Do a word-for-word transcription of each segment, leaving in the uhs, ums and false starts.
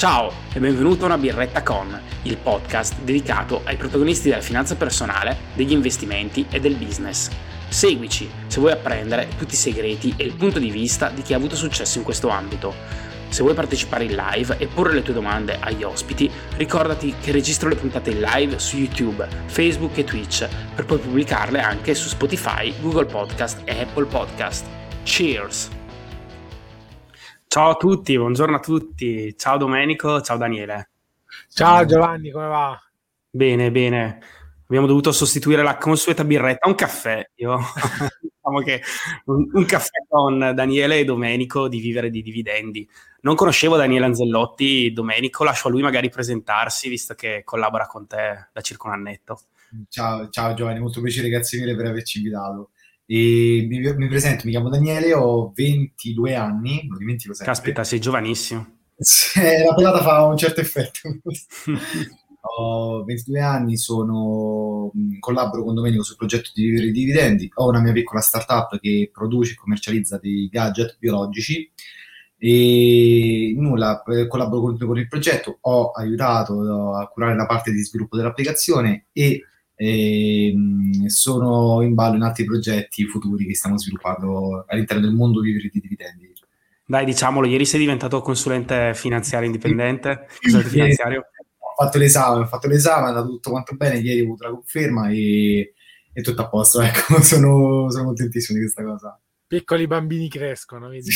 Ciao e benvenuto a Una Birretta Con, il podcast dedicato ai protagonisti della finanza personale, degli investimenti e del business. Seguici se vuoi apprendere tutti i segreti e il punto di vista di chi ha avuto successo in questo ambito. Se vuoi partecipare in live e porre le tue domande agli ospiti, ricordati che registro le puntate in live su YouTube, Facebook e Twitch, per poi pubblicarle anche su Spotify, Google Podcast e Apple Podcast. Cheers! Ciao a tutti, buongiorno a tutti. Ciao Domenico, ciao Daniele. Ciao Giovanni, come va? Bene, bene. Abbiamo dovuto sostituire la consueta birretta a un caffè. Io diciamo che un, un caffè con Daniele e Domenico di Vivere di Dividendi. Non conoscevo Daniele Anzellotti. Domenico, lascio a lui magari presentarsi, visto che collabora con te da circa un annetto. Ciao, ciao Giovanni, molto piacere, grazie mille per averci invitato. E mi, mi presento, mi chiamo Daniele, ho ventidue anni, non dimentico sempre. Caspita, sei giovanissimo. La pelata fa un certo effetto. Ho ventidue anni, sono, collaboro con Domenico sul progetto di Vivere di Dividendi, ho una mia piccola startup che produce e commercializza dei gadget biologici e nulla, collaboro con, con il progetto, ho aiutato a curare la parte di sviluppo dell'applicazione e E, sono in ballo in altri progetti futuri che stiamo sviluppando all'interno del mondo Vivere di Dividendi. Dai, diciamolo, ieri sei diventato consulente finanziario indipendente, consulente finanziario. Ho fatto l'esame, ho fatto l'esame, è andato tutto quanto bene, ieri ho avuto la conferma e è tutto a posto, ecco, sono, sono contentissimo di questa cosa. Piccoli bambini crescono, vedi?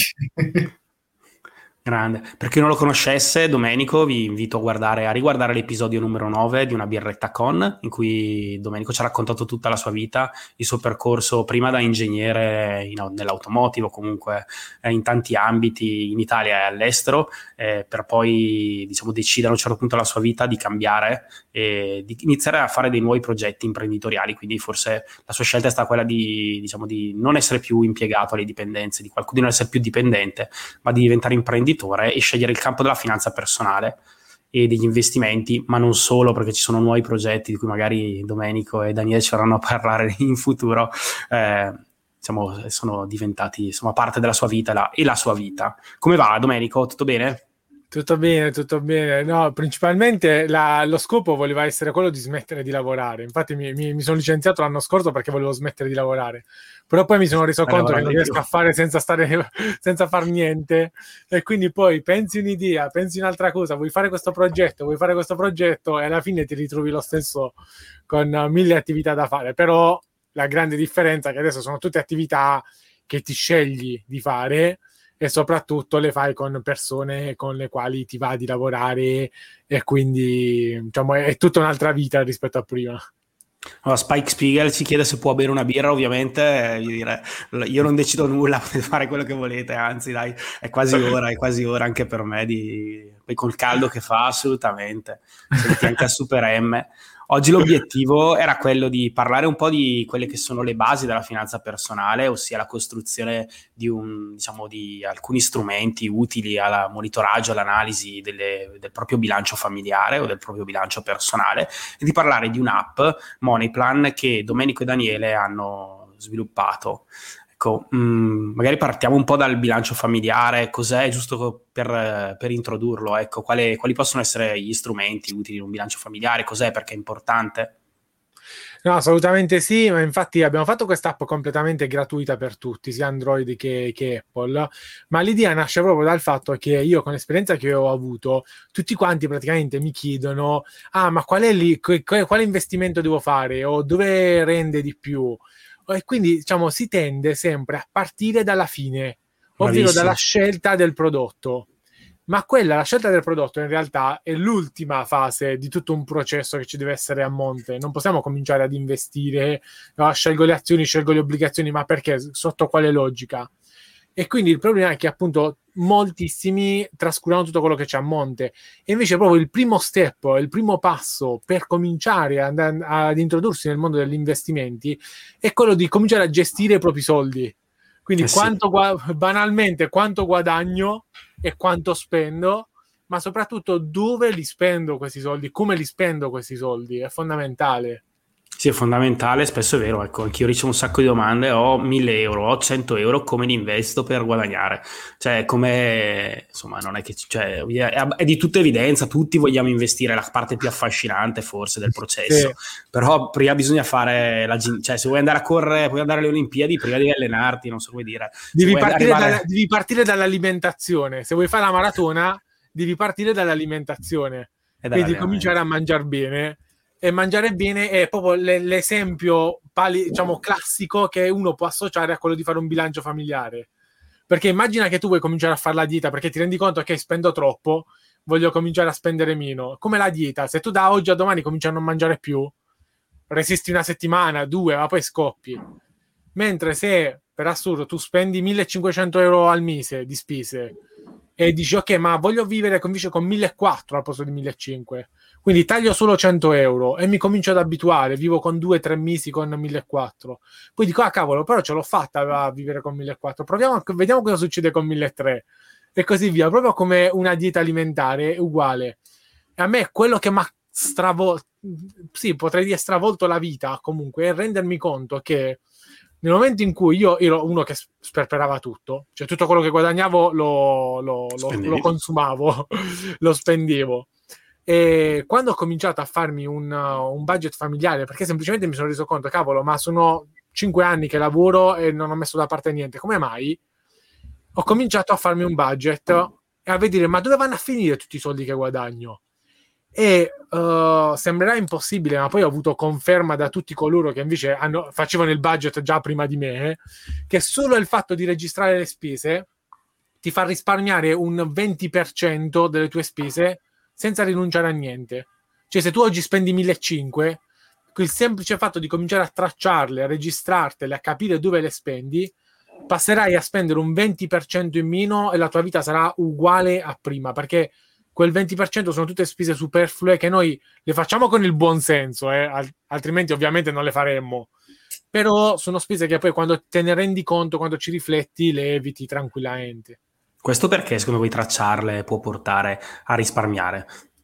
Grande. Per chi non lo conoscesse, Domenico, vi invito a guardare, a riguardare l'episodio numero nove di Una Birretta Con, in cui Domenico ci ha raccontato tutta la sua vita, il suo percorso prima da ingegnere in, nell'automotive o comunque eh, in tanti ambiti in Italia e all'estero, eh, per poi diciamo decidere a un certo punto della sua vita di cambiare e di iniziare a fare dei nuovi progetti imprenditoriali. Quindi forse la sua scelta è stata quella di, diciamo, di non essere più impiegato alle dipendenze, di, qualcuno, di non essere più dipendente, ma di diventare imprenditore e scegliere il campo della finanza personale e degli investimenti, ma non solo, perché ci sono nuovi progetti di cui magari Domenico e Daniele ci verranno a parlare in futuro, eh, diciamo, sono diventati insomma parte della sua vita la, e la sua vita. Come va Domenico? Tutto bene? Tutto bene, tutto bene. No, principalmente la, lo scopo voleva essere quello di smettere di lavorare. Infatti mi, mi, mi sono licenziato l'anno scorso perché volevo smettere di lavorare. Però poi mi sono reso Stai conto che non riesco più. a fare senza stare senza far niente. E quindi poi pensi un'idea, pensi un'altra cosa, vuoi fare questo progetto, vuoi fare questo progetto e alla fine ti ritrovi lo stesso con uh, mille attività da fare. Però la grande differenza è che adesso sono tutte attività che ti scegli di fare e soprattutto le fai con persone con le quali ti va di lavorare e quindi diciamo, è tutta un'altra vita rispetto a prima. Allora, Spike Spiegel ci chiede se può bere una birra, ovviamente eh, io, dire, io non decido nulla, potete fare quello che volete, anzi dai, è quasi ora, è quasi ora anche per me, di, poi col caldo che fa assolutamente, se metti anche a Super M. Oggi l'obiettivo era quello di parlare un po' di quelle che sono le basi della finanza personale, ossia la costruzione di, un, diciamo, di alcuni strumenti utili al monitoraggio, all'analisi delle, del proprio bilancio familiare o del proprio bilancio personale, e di parlare di un'app, Moneyplan, che Domenico e Daniele hanno sviluppato. Ecco, mh, magari partiamo un po' dal bilancio familiare, cos'è, giusto per, per introdurlo, ecco, quale, quali possono essere gli strumenti utili in un bilancio familiare, cos'è, perché è importante? No, assolutamente sì, ma infatti abbiamo fatto quest'app completamente gratuita per tutti, sia Android che, che Apple, ma l'idea nasce proprio dal fatto che io, con l'esperienza che ho avuto, tutti quanti praticamente mi chiedono ah, ma qual è lì, quale investimento devo fare o dove rende di più? E quindi diciamo si tende sempre a partire dalla fine, ovvero Bravissimo. dalla scelta del prodotto. Ma quella, la scelta del prodotto, in realtà è l'ultima fase di tutto un processo che ci deve essere a monte. Non possiamo cominciare ad investire, no, scelgo le azioni, scelgo le obbligazioni, ma perché? Sotto quale logica? E quindi il problema è che appunto moltissimi trascurano tutto quello che c'è a monte, e invece proprio il primo step, il primo passo per cominciare ad, ad introdursi nel mondo degli investimenti è quello di cominciare a gestire i propri soldi. Quindi Eh sì. quanto, banalmente quanto guadagno e quanto spendo, ma soprattutto dove li spendo questi soldi, come li spendo questi soldi, è fondamentale. Sì, è fondamentale, spesso è vero, ecco, anch'io ricevo un sacco di domande, ho mille euro, ho cento euro, come li investo per guadagnare? Cioè, come, insomma, non è che, cioè, è, è di tutta evidenza, tutti vogliamo investire, la parte più affascinante forse del processo, Sì. però prima bisogna fare, la, cioè, se vuoi andare a correre, puoi andare alle Olimpiadi, prima devi allenarti, non so come dire. Devi partire, arrivare... dalla, devi partire dall'alimentazione, se vuoi fare la maratona, devi partire dall'alimentazione, quindi cominciare a mangiare bene. E mangiare bene è proprio l'esempio pali, diciamo, classico che uno può associare a quello di fare un bilancio familiare. Perché immagina che tu vuoi cominciare a fare la dieta perché ti rendi conto che spendo troppo, voglio cominciare a spendere meno. Come la dieta, se tu da oggi a domani cominci a non mangiare più, resisti una settimana, due, ma poi scoppi. Mentre se, per assurdo, tu spendi millecinquecento euro al mese di spese e dici ok, ma voglio vivere invece con millequattrocento al posto di millecinquecento, quindi taglio solo cento euro e mi comincio ad abituare, vivo con due tre mesi con millequattrocento, poi dico ah cavolo, però ce l'ho fatta a vivere con millequattrocento, proviamo, vediamo cosa succede con milletrecento e così via, proprio come una dieta alimentare uguale. E a me quello che mi ha stravolto, sì, potrei dire stravolto la vita comunque, è rendermi conto che nel momento in cui io ero uno che sperperava tutto, cioè tutto quello che guadagnavo lo, lo, lo, lo consumavo, lo spendevo. E quando ho cominciato a farmi un, un budget familiare, perché semplicemente mi sono reso conto, cavolo, ma sono cinque anni che lavoro e non ho messo da parte niente, come mai? Ho cominciato a farmi un budget e a vedere, ma dove vanno a finire tutti i soldi che guadagno? E uh, sembrerà impossibile, ma poi ho avuto conferma da tutti coloro che invece hanno, facevano il budget già prima di me, che solo il fatto di registrare le spese ti fa risparmiare un venti per cento delle tue spese senza rinunciare a niente. Cioè se tu oggi spendi millecinquecento, il semplice fatto di cominciare a tracciarle, a registrartele, a capire dove le spendi, passerai a spendere un venti per cento in meno e la tua vita sarà uguale a prima, perché quel venti per cento sono tutte spese superflue che noi le facciamo con il buon senso, eh? Altrimenti ovviamente non le faremmo. Però sono spese che poi quando te ne rendi conto, quando ci rifletti, le eviti tranquillamente. Questo perché secondo voi tracciarle può portare a risparmiare?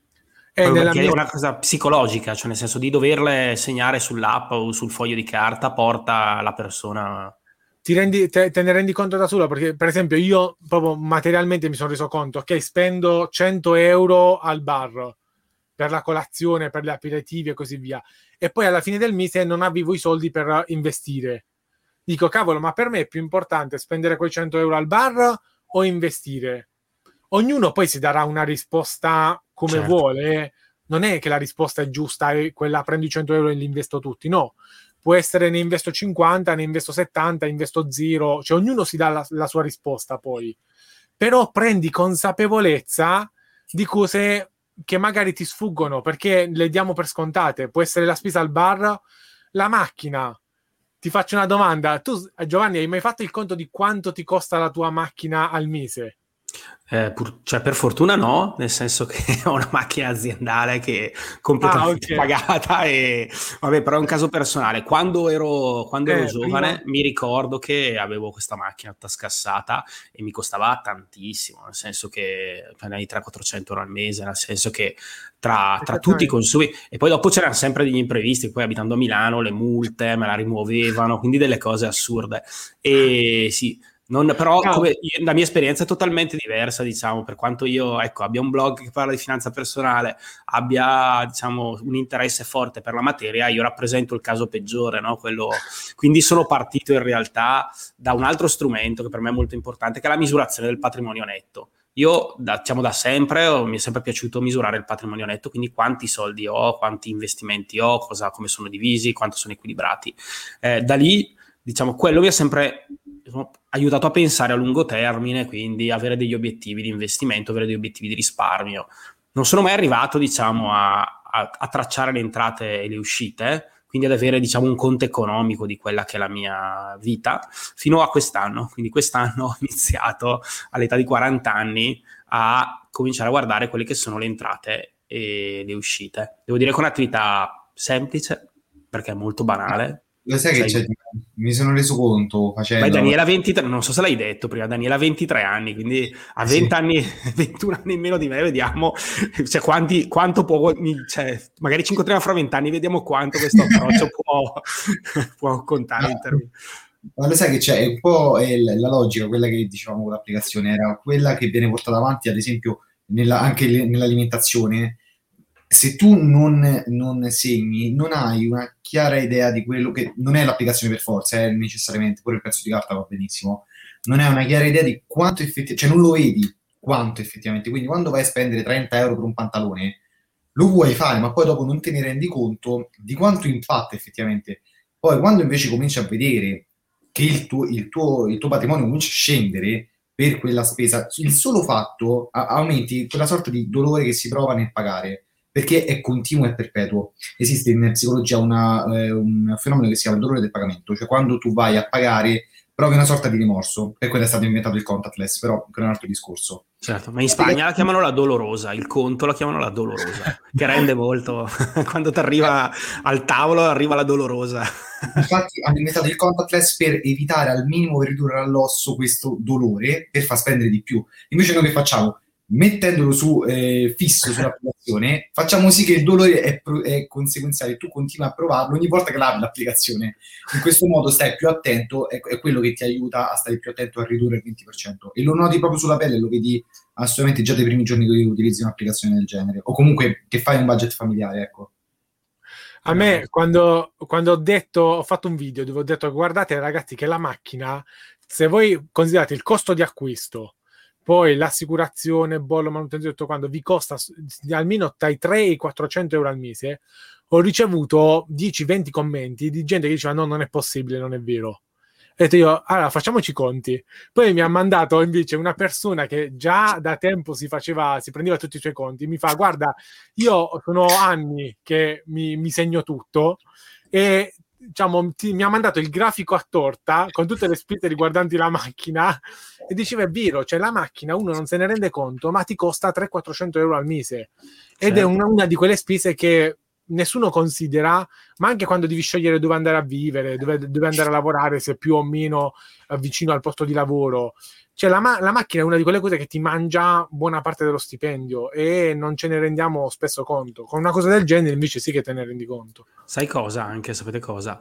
È, Perché mia... è una cosa psicologica, cioè nel senso di doverle segnare sull'app o sul foglio di carta porta la persona... Ti rendi, te, te ne rendi conto da solo, perché per esempio io proprio materialmente mi sono reso conto che spendo cento euro al bar per la colazione, per gli aperitivi e così via, e poi alla fine del mese non avevo i soldi per investire. Dico cavolo, ma per me è più importante spendere quei cento euro al bar o investire? Ognuno poi si darà una risposta come certo. vuole, non è che la risposta è giusta e quella prendo i cento euro e li investo tutti, no. Può essere ne investo cinquanta, ne investo settanta, investo zero, cioè ognuno si dà la, la sua risposta poi. Però prendi consapevolezza di cose che magari ti sfuggono perché le diamo per scontate. Può essere la spesa al bar, la macchina. Ti faccio una domanda, tu Giovanni hai mai fatto il conto di quanto ti costa la tua macchina al mese? Eh, pur, cioè per fortuna no, nel senso che ho una macchina aziendale che è completamente ah, okay. pagata e vabbè, però è un caso personale. Quando ero, quando ero eh, giovane prima... mi ricordo che avevo questa macchina tutta scassata e mi costava tantissimo, nel senso che nei trecento-quattrocento euro al mese, nel senso che tra, tra tutti i consumi, e poi dopo c'erano sempre degli imprevisti, poi abitando a Milano le multe me la rimuovevano, quindi delle cose assurde. E sì, non, però no. come, la mia esperienza è totalmente diversa, diciamo, per quanto io ecco, abbia un blog che parla di finanza personale, abbia diciamo un interesse forte per la materia, io rappresento il caso peggiore, no? Quello, quindi sono partito in realtà da un altro strumento che per me è molto importante, che è la misurazione del patrimonio netto. Io da, diciamo, da sempre oh, mi è sempre piaciuto misurare il patrimonio netto, quindi quanti soldi ho, quanti investimenti ho, cosa, come sono divisi, quanto sono equilibrati. Eh, da lì, diciamo, quello mi ha sempre aiutato a pensare a lungo termine, quindi avere degli obiettivi di investimento, avere degli obiettivi di risparmio. Non sono mai arrivato, diciamo, a, a, a tracciare le entrate e le uscite, quindi ad avere, diciamo, un conto economico di quella che è la mia vita, fino a quest'anno. Quindi quest'anno ho iniziato all'età di quaranta anni a cominciare a guardare quelle che sono le entrate e le uscite. Devo dire che è un'attività semplice, perché è molto banale, Lo sai che Sai- c'è, mi sono reso conto Beh, facendo... Daniela ha ventitré, non so se l'hai detto prima, Daniela ha ventitré anni, quindi a Sì. venti anni, ventuno anni in meno di me, vediamo cioè, quanti, quanto può, mi- cioè, magari ci incontriamo fra venti anni, vediamo quanto questo approccio può, può contare in termini. Ma lo sai che c'è, è un po' è la la logica, quella che dicevamo con l'applicazione, era quella che viene portata avanti, ad esempio, nella- anche le- nell'alimentazione. Se tu non, non segni, non hai una chiara idea di quello che... Non è l'applicazione per forza, è necessariamente, pure il pezzo di carta va benissimo. Non hai una chiara idea di quanto effettivamente... Cioè non lo vedi quanto effettivamente. Quindi quando vai a spendere trenta euro per un pantalone, lo vuoi fare, ma poi dopo non te ne rendi conto di quanto impatta effettivamente. Poi quando invece cominci a vedere che il tuo, il tuo, il tuo patrimonio comincia a scendere per quella spesa, il solo fatto a- aumenti quella sorta di dolore che si prova nel pagare, perché è continuo e perpetuo. Esiste in psicologia una, eh, un fenomeno che si chiama il dolore del pagamento, cioè quando tu vai a pagare provi una sorta di rimorso, per quello è stato inventato il contactless, però è un altro discorso. Certo, ma in Spagna la chiamano la dolorosa, il conto la chiamano la dolorosa, che rende molto, quando ti arriva al tavolo arriva la dolorosa. Infatti hanno inventato il contactless per evitare al minimo, per ridurre all'osso questo dolore, per far spendere di più. Invece noi che facciamo? Mettendolo su eh, fisso sull'applicazione, facciamo sì che il dolore è, pro- è conseguenziale, tu continui a provarlo ogni volta che lavi l'applicazione. In questo modo stai più attento, è, è quello che ti aiuta a stare più attento a ridurre il venti per cento. E lo noti proprio sulla pelle, lo vedi assolutamente già dai primi giorni che utilizzi un'applicazione del genere, o comunque che fai un budget familiare, ecco. A me, quando, quando ho detto, ho fatto un video dove ho detto, guardate ragazzi che la macchina, se voi considerate il costo di acquisto, poi l'assicurazione, bollo, manutenzione, tutto quanto, vi costa s- almeno tra i trecento e i quattrocento euro al mese, ho ricevuto dieci venti commenti di gente che diceva no, non è possibile, non è vero. Ho detto io, allora facciamoci i conti. Poi mi ha mandato invece una persona che già da tempo si faceva, si prendeva tutti i suoi conti, mi fa, guarda, io sono anni che mi, mi segno tutto e diciamo, ti- mi ha mandato il grafico a torta con tutte le spese riguardanti la macchina e diceva è vero, cioè la macchina uno non se ne rende conto, ma ti costa trecento quattrocento euro al mese ed è Certo. una, una di quelle spese che nessuno considera, ma anche quando devi scegliere dove andare a vivere, dove, dove andare a lavorare, se più o meno eh, vicino al posto di lavoro. Cioè la, ma- la macchina è una di quelle cose che ti mangia buona parte dello stipendio e non ce ne rendiamo spesso conto. Con una cosa del genere invece sì che te ne rendi conto. Sai cosa anche, sapete cosa?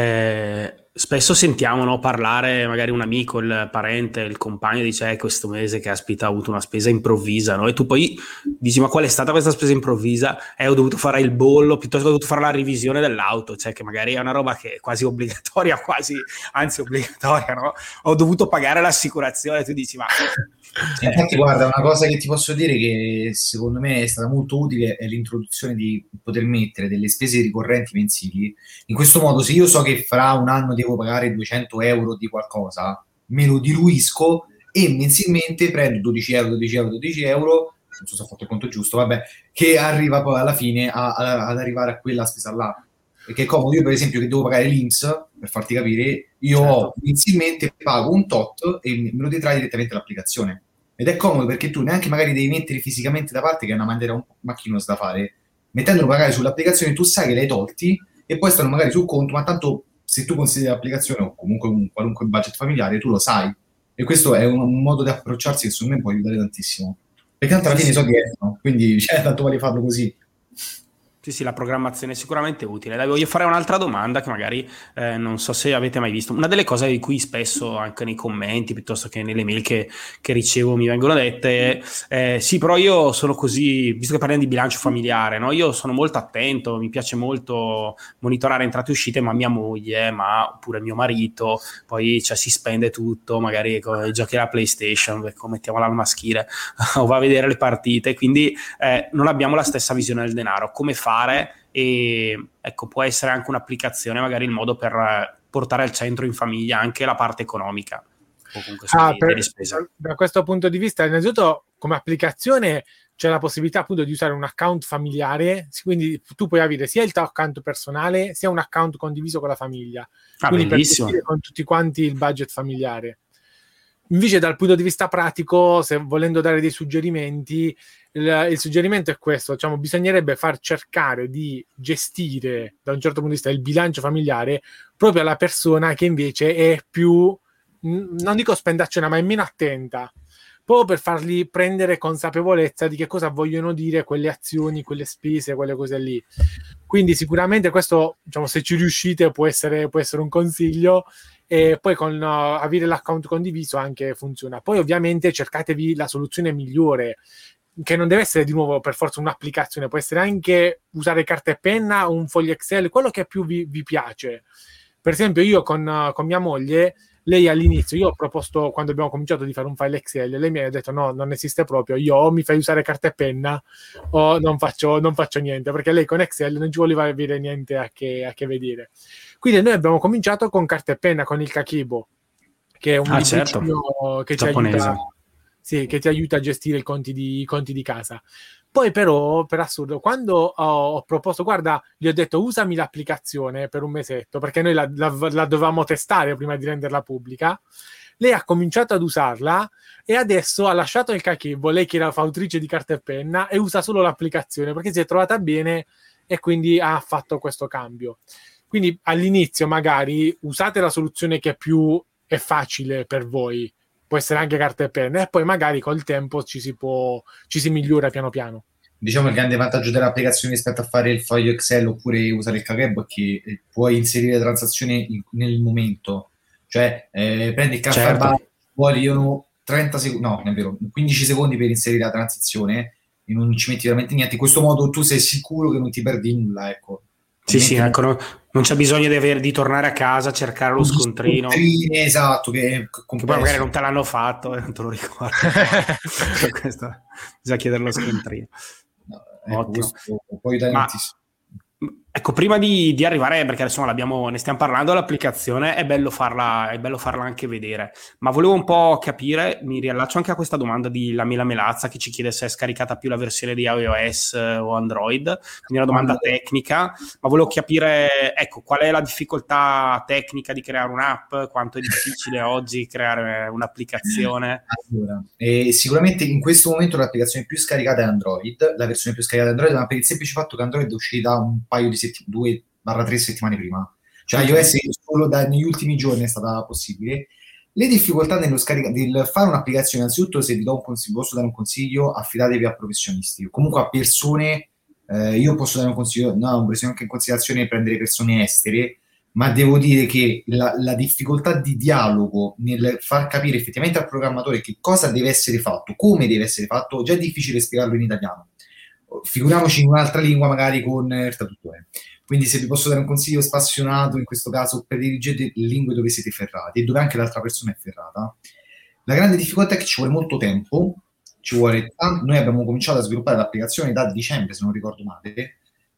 Eh, spesso sentiamo, no, parlare magari un amico, il parente, il compagno dice eh, questo mese che aspetta ha avuto una spesa improvvisa, no? E tu poi dici ma qual è stata questa spesa improvvisa? Eh, ho dovuto fare il bollo, piuttosto che ho dovuto fare la revisione dell'auto, cioè che magari è una roba che è quasi obbligatoria, quasi, anzi obbligatoria, no? Ho dovuto pagare l'assicurazione, tu dici ma... Cioè, Infatti, guarda, una cosa che ti posso dire che secondo me è stata molto utile è l'introduzione di poter mettere delle spese ricorrenti mensili. In questo modo, se io so che fra un anno devo pagare duecento euro di qualcosa, me lo diluisco e mensilmente prendo dodici euro, dodici euro, dodici euro, non so se ho fatto il conto giusto, vabbè, che arriva poi alla fine a- a- ad arrivare a quella spesa là. Perché è comodo, io per esempio che devo pagare l'I N P S, per farti capire, io certo. ho, mensilmente pago un tot e me lo detrae direttamente l'applicazione. Ed è comodo perché tu neanche magari devi mettere fisicamente da parte, che è una maniera un macchinosa da fare. Mettendolo magari sull'applicazione tu sai che l'hai tolti e poi stanno magari sul conto, ma tanto se tu consideri l'applicazione o comunque un qualunque budget familiare, tu lo sai. E questo è un, un modo di approcciarsi che secondo me può aiutare tantissimo. Perché tanto alla Sì, fine sì. so che escono, quindi cioè, tanto vale farlo così. Sì, sì, la programmazione è sicuramente utile. Dai, voglio fare un'altra domanda che magari eh, non so se avete mai visto. Una delle cose di cui spesso anche nei commenti piuttosto che nelle mail che, che ricevo mi vengono dette è eh, sì, però io sono così, visto che parliamo di bilancio familiare, no? Io sono molto attento, mi piace molto monitorare entrate e uscite, ma mia moglie, ma pure mio marito, poi cioè, si spende tutto, magari con i giochi alla PlayStation, ecco, mettiamola al maschile, o va a vedere le partite, quindi eh, non abbiamo la stessa visione del denaro. Come fare? E ecco, può essere anche un'applicazione, magari il modo per portare al centro in famiglia anche la parte economica o comunque Ah, delle, per, delle spese. da questo punto di vista, innanzitutto come applicazione c'è la possibilità appunto di usare un account familiare, quindi tu puoi avere sia il tuo account personale sia un account condiviso con la famiglia, Ah, quindi per bellissimo. gestire con tutti quanti il budget familiare. Invece dal punto di vista pratico, se volendo dare dei suggerimenti, il, il suggerimento è questo, diciamo, bisognerebbe far cercare di gestire da un certo punto di vista il bilancio familiare proprio alla persona che invece è più, non dico spendacciona, ma è meno attenta, proprio per fargli prendere consapevolezza di che cosa vogliono dire quelle azioni, quelle spese, quelle cose lì. Quindi sicuramente questo, diciamo, se ci riuscite può essere, può essere un consiglio. E poi con uh, avere l'account condiviso anche funziona. Poi ovviamente cercatevi la soluzione migliore, che non deve essere di nuovo per forza un'applicazione, può essere anche usare carta e penna o un foglio Excel, quello che più vi, vi piace. Per esempio io con, uh, con mia moglie, lei all'inizio, io ho proposto quando abbiamo cominciato di fare un file Excel, lei mi ha detto no, non esiste proprio, io o mi fai usare carta e penna o non faccio, non faccio niente, perché lei con Excel non ci voleva avere niente a che, a che vedere. Quindi noi abbiamo cominciato con carta e penna, con il Kakeibo, che è un ah, certo. che ti, Giapponese. aiuta, sì, che ti aiuta a gestire i conti di, i conti di casa. Poi però, per assurdo, quando ho, ho proposto, guarda, gli ho detto usami l'applicazione per un mesetto, perché noi la, la, la dovevamo testare prima di renderla pubblica, lei ha cominciato ad usarla e adesso ha lasciato il Kakeibo, lei che era fautrice di carta e penna, e usa solo l'applicazione, perché si è trovata bene e quindi ha fatto questo cambio. Quindi all'inizio magari usate la soluzione che più è facile per voi, può essere anche carta e penna, e poi magari col tempo ci si può, ci si migliora piano piano. Diciamo il grande vantaggio dell'applicazione rispetto a fare il foglio Excel oppure usare il Kakeibo è che puoi inserire le transazioni nel momento, cioè eh, prendi il caffè certo. bar, vogliono trenta secondi, no, è vero, quindici secondi per inserire la transazione e non ci metti veramente niente. In questo modo tu sei sicuro che non ti perdi nulla, ecco. Sì, sì, ecco, no, non c'è bisogno di, aver, di tornare a casa a cercare lo scontrino. Scontrine, esatto, che, che poi magari non te l'hanno fatto e non te lo ricordi. Questo, bisogna chiedere lo scontrino. No, ecco, ottimo. Puoi dare Ma, ecco, prima di, di arrivare, perché adesso l'abbiamo, ne stiamo parlando, l'applicazione è bello farla, è bello farla anche vedere, ma volevo un po' capire, mi riallaccio anche a questa domanda di Lamela Melazza che ci chiede se è scaricata più la versione di iOS o Android, quindi una domanda Android. tecnica, ma volevo capire, ecco, qual è la difficoltà tecnica di creare un'app, quanto è difficile oggi creare un'applicazione? Allora, eh, sicuramente in questo momento l'applicazione più scaricata è Android, la versione più scaricata è Android, ma per il semplice fatto che Android è uscita un paio di settimane, due tre settimane prima, cioè Okay. iOS solo da, negli ultimi giorni è stata possibile. Le difficoltà nello scarica, del fare un'applicazione, innanzitutto, se vi do un consiglio, posso dare un consiglio, affidatevi a professionisti, o comunque a persone, eh, io posso dare un consiglio, no, ho preso anche in considerazione prendere persone estere, ma devo dire che la, la difficoltà di dialogo nel far capire effettivamente al programmatore che cosa deve essere fatto, come deve essere fatto, già è difficile spiegarlo in italiano. Figuriamoci in un'altra lingua, magari con il traduttore. Quindi se vi posso dare un consiglio spassionato, in questo caso prediligete le lingue dove siete ferrati e dove anche l'altra persona è ferrata. La grande difficoltà è che ci vuole molto tempo, ci vuole tanto. Noi abbiamo cominciato a sviluppare l'applicazione da dicembre, se non ricordo male,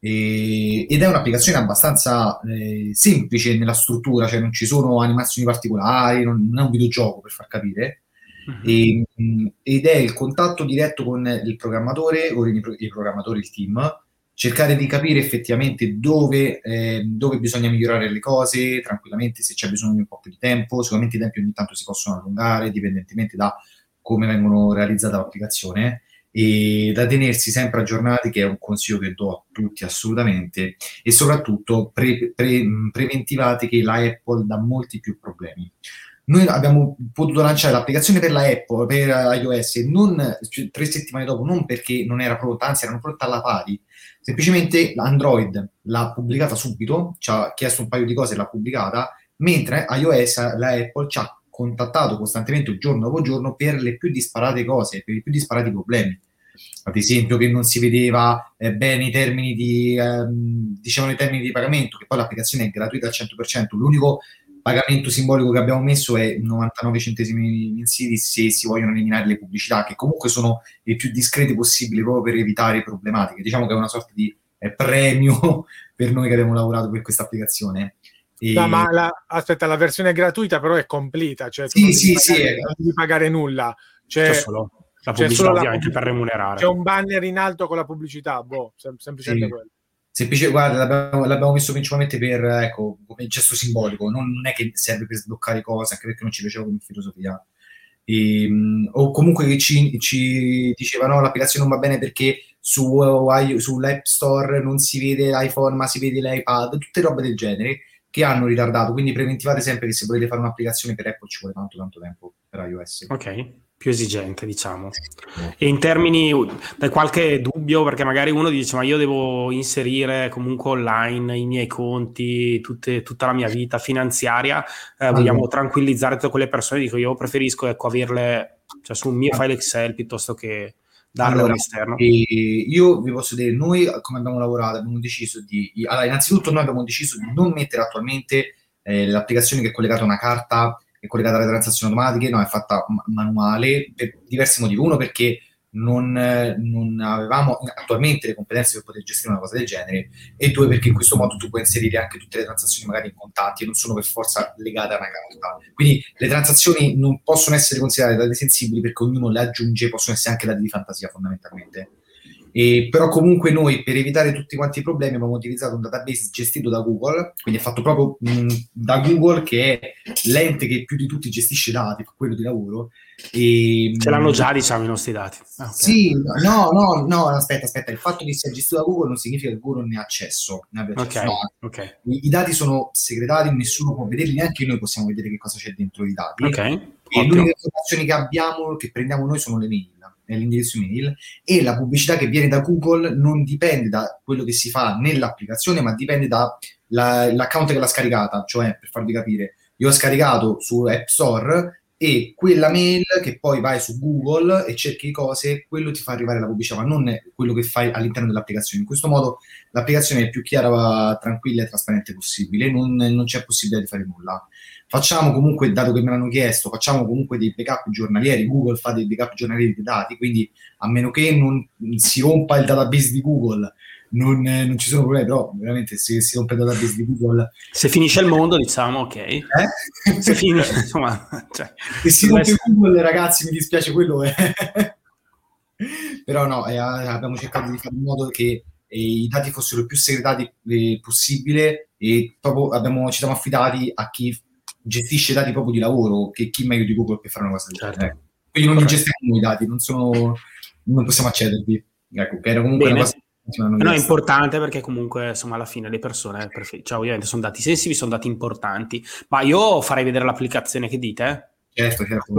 e, ed è un'applicazione abbastanza eh, semplice nella struttura, cioè non ci sono animazioni particolari, non, non è un videogioco, per far capire. Uh-huh. E, ed è il contatto diretto con il programmatore o i, i programmatori, il team, cercare di capire effettivamente dove, eh, dove bisogna migliorare le cose tranquillamente, se c'è bisogno di un po' più di tempo. Sicuramente i tempi ogni tanto si possono allungare dipendentemente da come vengono realizzata l'applicazione, e da tenersi sempre aggiornati, che è un consiglio che do a tutti assolutamente, e soprattutto pre, pre, preventivate che la Apple dà molti più problemi. Noi abbiamo potuto lanciare l'applicazione per la Apple, per iOS, e non cioè, tre settimane dopo, non perché non era pronta, anzi erano pronta alla pari, semplicemente Android l'ha pubblicata subito, ci ha chiesto un paio di cose e l'ha pubblicata, mentre iOS, la Apple ci ha contattato costantemente giorno dopo giorno per le più disparate cose, per i più disparati problemi. Ad esempio che non si vedeva eh, bene i termini di ehm, dicevano i termini di pagamento, che poi l'applicazione è gratuita al cento per cento, l'unico pagamento simbolico che abbiamo messo è novantanove centesimi mensili se si vogliono eliminare le pubblicità, che comunque sono le più discrete possibili proprio per evitare problematiche. Diciamo che è una sorta di eh, premio per noi che abbiamo lavorato per questa applicazione. E... No, ma la, aspetta, la versione gratuita però è completa, cioè tu sì, non, sì, devi sì, pagare, è... non devi pagare nulla. C'è, c'è solo la pubblicità, c'è solo ovviamente la pubblicità, per remunerare. C'è un banner in alto con la pubblicità, boh, sem- semplicemente sì. quello. Semplice, guarda, l'abbiamo, l'abbiamo messo principalmente per, ecco, come gesto simbolico, non, non è che serve per sbloccare cose, anche perché non ci piaceva come filosofia. E, mh, o comunque che ci, ci diceva no, l'applicazione non va bene perché su, uh, sull'App Store non si vede l'iPhone ma si vede l'iPad, tutte robe del genere che hanno ritardato, quindi preventivate sempre che se volete fare un'applicazione per Apple ci vuole tanto tanto tempo per iOS. Ok, più esigente, diciamo. E in termini, da qualche dubbio, perché magari uno dice ma io devo inserire comunque online i miei conti, tutte, tutta la mia vita finanziaria, eh, allora, vogliamo tranquillizzare tutte quelle persone, dico io preferisco ecco averle, cioè, su un mio file Excel piuttosto che darle allora, all'esterno. eh, io vi posso dire, noi come abbiamo lavorato, abbiamo deciso di... Allora, innanzitutto noi abbiamo deciso di non mettere attualmente eh, l'applicazione che è collegata a una carta, che è collegata alle transazioni automatiche, no, è fatta ma- manuale, per diversi motivi. Uno, perché non, eh, non avevamo attualmente le competenze per poter gestire una cosa del genere, e due, perché in questo modo tu puoi inserire anche tutte le transazioni magari in contanti e non sono per forza legate a una carta. Quindi le transazioni non possono essere considerate dati sensibili perché ognuno le aggiunge, possono essere anche dati di fantasia fondamentalmente. E però comunque noi, per evitare tutti quanti i problemi, abbiamo utilizzato un database gestito da Google, quindi è fatto proprio mh, da Google, che è l'ente che più di tutti gestisce dati, quello di lavoro. E, Ce l'hanno già, diciamo, i nostri dati. Ah, okay. Sì, no, no, no, aspetta, aspetta, il fatto che sia gestito da Google non significa che Google ne ha accesso, ne abbia accesso. Okay, no. okay. I, I dati sono segretati, nessuno può vederli, neanche noi possiamo vedere che cosa c'è dentro i dati. Okay, e ottimo. l'unica informazione che abbiamo, che prendiamo noi, sono le mail, l'indirizzo email, e la pubblicità che viene da Google non dipende da quello che si fa nell'applicazione, ma dipende dall'account che l'ha scaricata. Cioè, per farvi capire, io ho scaricato su App Store e quella mail che poi vai su Google e cerchi cose, quello ti fa arrivare la pubblicità, ma non quello che fai all'interno dell'applicazione. In questo modo l'applicazione è più chiara, tranquilla e trasparente possibile, non, non c'è possibilità di fare nulla. Facciamo comunque, dato che me l'hanno chiesto, facciamo comunque dei backup giornalieri, Google fa dei backup giornalieri dei dati, quindi a meno che non si rompa il database di Google, non, non ci sono problemi, però veramente se si rompe il database di Google... Se finisce il mondo, diciamo, ok. Eh? Se finisce, insomma... Cioè, se si rompe essere... Google, ragazzi, mi dispiace, quello è... Però no, eh, abbiamo cercato di fare in modo che eh, i dati fossero il più segretati eh, possibile, e proprio abbiamo, ci siamo affidati a chi gestisce dati proprio di lavoro, che chi meglio di Google per fare una cosa del certo. genere. Quindi non li gestiamo i dati, non sono, non possiamo accedervi. Ecco, che era comunque Bene. una cosa... No, è importante perché comunque insomma alla fine le persone prefer- cioè ovviamente sono dati sensibili, sono dati importanti, ma io farei vedere l'applicazione, che dite? Certo, certo.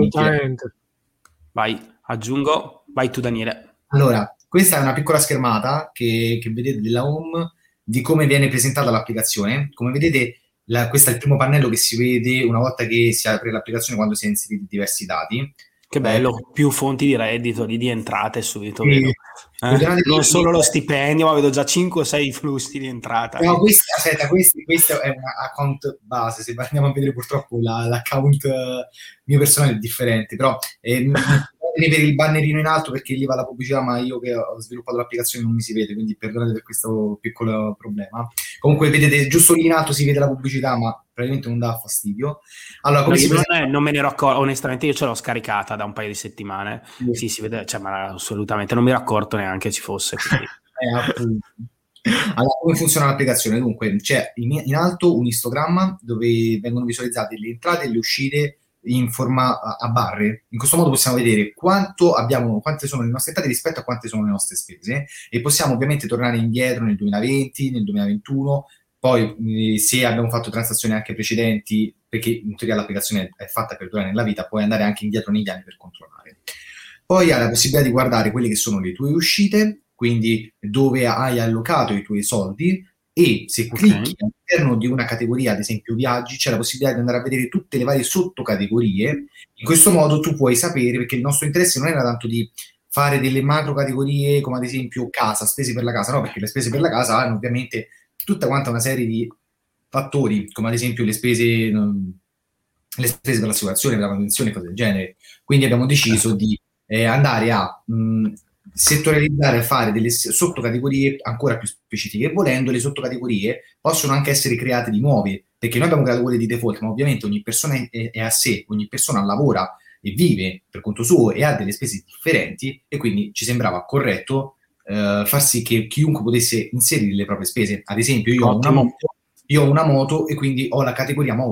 Vai, aggiungo, vai tu Daniele. Allora, questa è una piccola schermata che, che vedete della home di come viene presentata l'applicazione. Come vedete, la, questo è il primo pannello che si vede una volta che si apre l'applicazione, quando si è inseriti diversi dati. Che bello, eh, più fonti di reddito, di, di entrate subito, sì, vedo. Eh? Non solo lo stipendio, ma vedo già cinque o sei flussi di entrata. No, questa, aspetta, questo, questo è un account base, se andiamo a vedere purtroppo la, l'account uh, mio personale è differente, però eh, per il bannerino in alto perché lì va la pubblicità, ma io che ho sviluppato l'applicazione non mi si vede, quindi perdonate per questo piccolo problema. Comunque vedete, giusto lì in alto si vede la pubblicità, ma praticamente non dà fastidio. Allora, come no, si non, presenta... è, non me ne ero accorto, onestamente io ce l'ho scaricata da un paio di settimane, sì, sì si vede, cioè, ma assolutamente non mi ero accorto neanche ci fosse. eh, appunto. Allora, come funziona l'applicazione? Dunque, c'è in, in alto un histogramma dove vengono visualizzate le entrate e le uscite in forma a, a barre. In questo modo possiamo vedere quanto abbiamo, quante sono le nostre entrate rispetto a quante sono le nostre spese, e possiamo ovviamente tornare indietro nel duemilaventi, nel duemilaventuno, poi eh, se abbiamo fatto transazioni anche precedenti, perché in teoria l'applicazione è fatta per durare nella vita, puoi andare anche indietro negli anni per controllare. Poi hai la possibilità di guardare quelle che sono le tue uscite, quindi dove hai allocato i tuoi soldi, e se clicchi okay. all'interno di una categoria, ad esempio viaggi, c'è la possibilità di andare a vedere tutte le varie sottocategorie. In questo modo tu puoi sapere, perché il nostro interesse non era tanto di fare delle macro categorie come ad esempio casa, spese per la casa, no, perché le spese per la casa hanno ovviamente tutta quanta una serie di fattori, come ad esempio le spese, non, le spese per l'assicurazione, per la manutenzione e cose del genere. Quindi abbiamo deciso certo. di eh, andare a mh, settorializzare, a fare delle sottocategorie ancora più specifiche. Volendo, le sottocategorie possono anche essere create di nuove, perché noi abbiamo creato quelle di default, ma ovviamente ogni persona è, è a sé, ogni persona lavora e vive per conto suo e ha delle spese differenti, e quindi ci sembrava corretto eh, far sì che chiunque potesse inserire le proprie spese. Ad esempio, io ho, una moto, io ho una moto e quindi ho la categoria moto,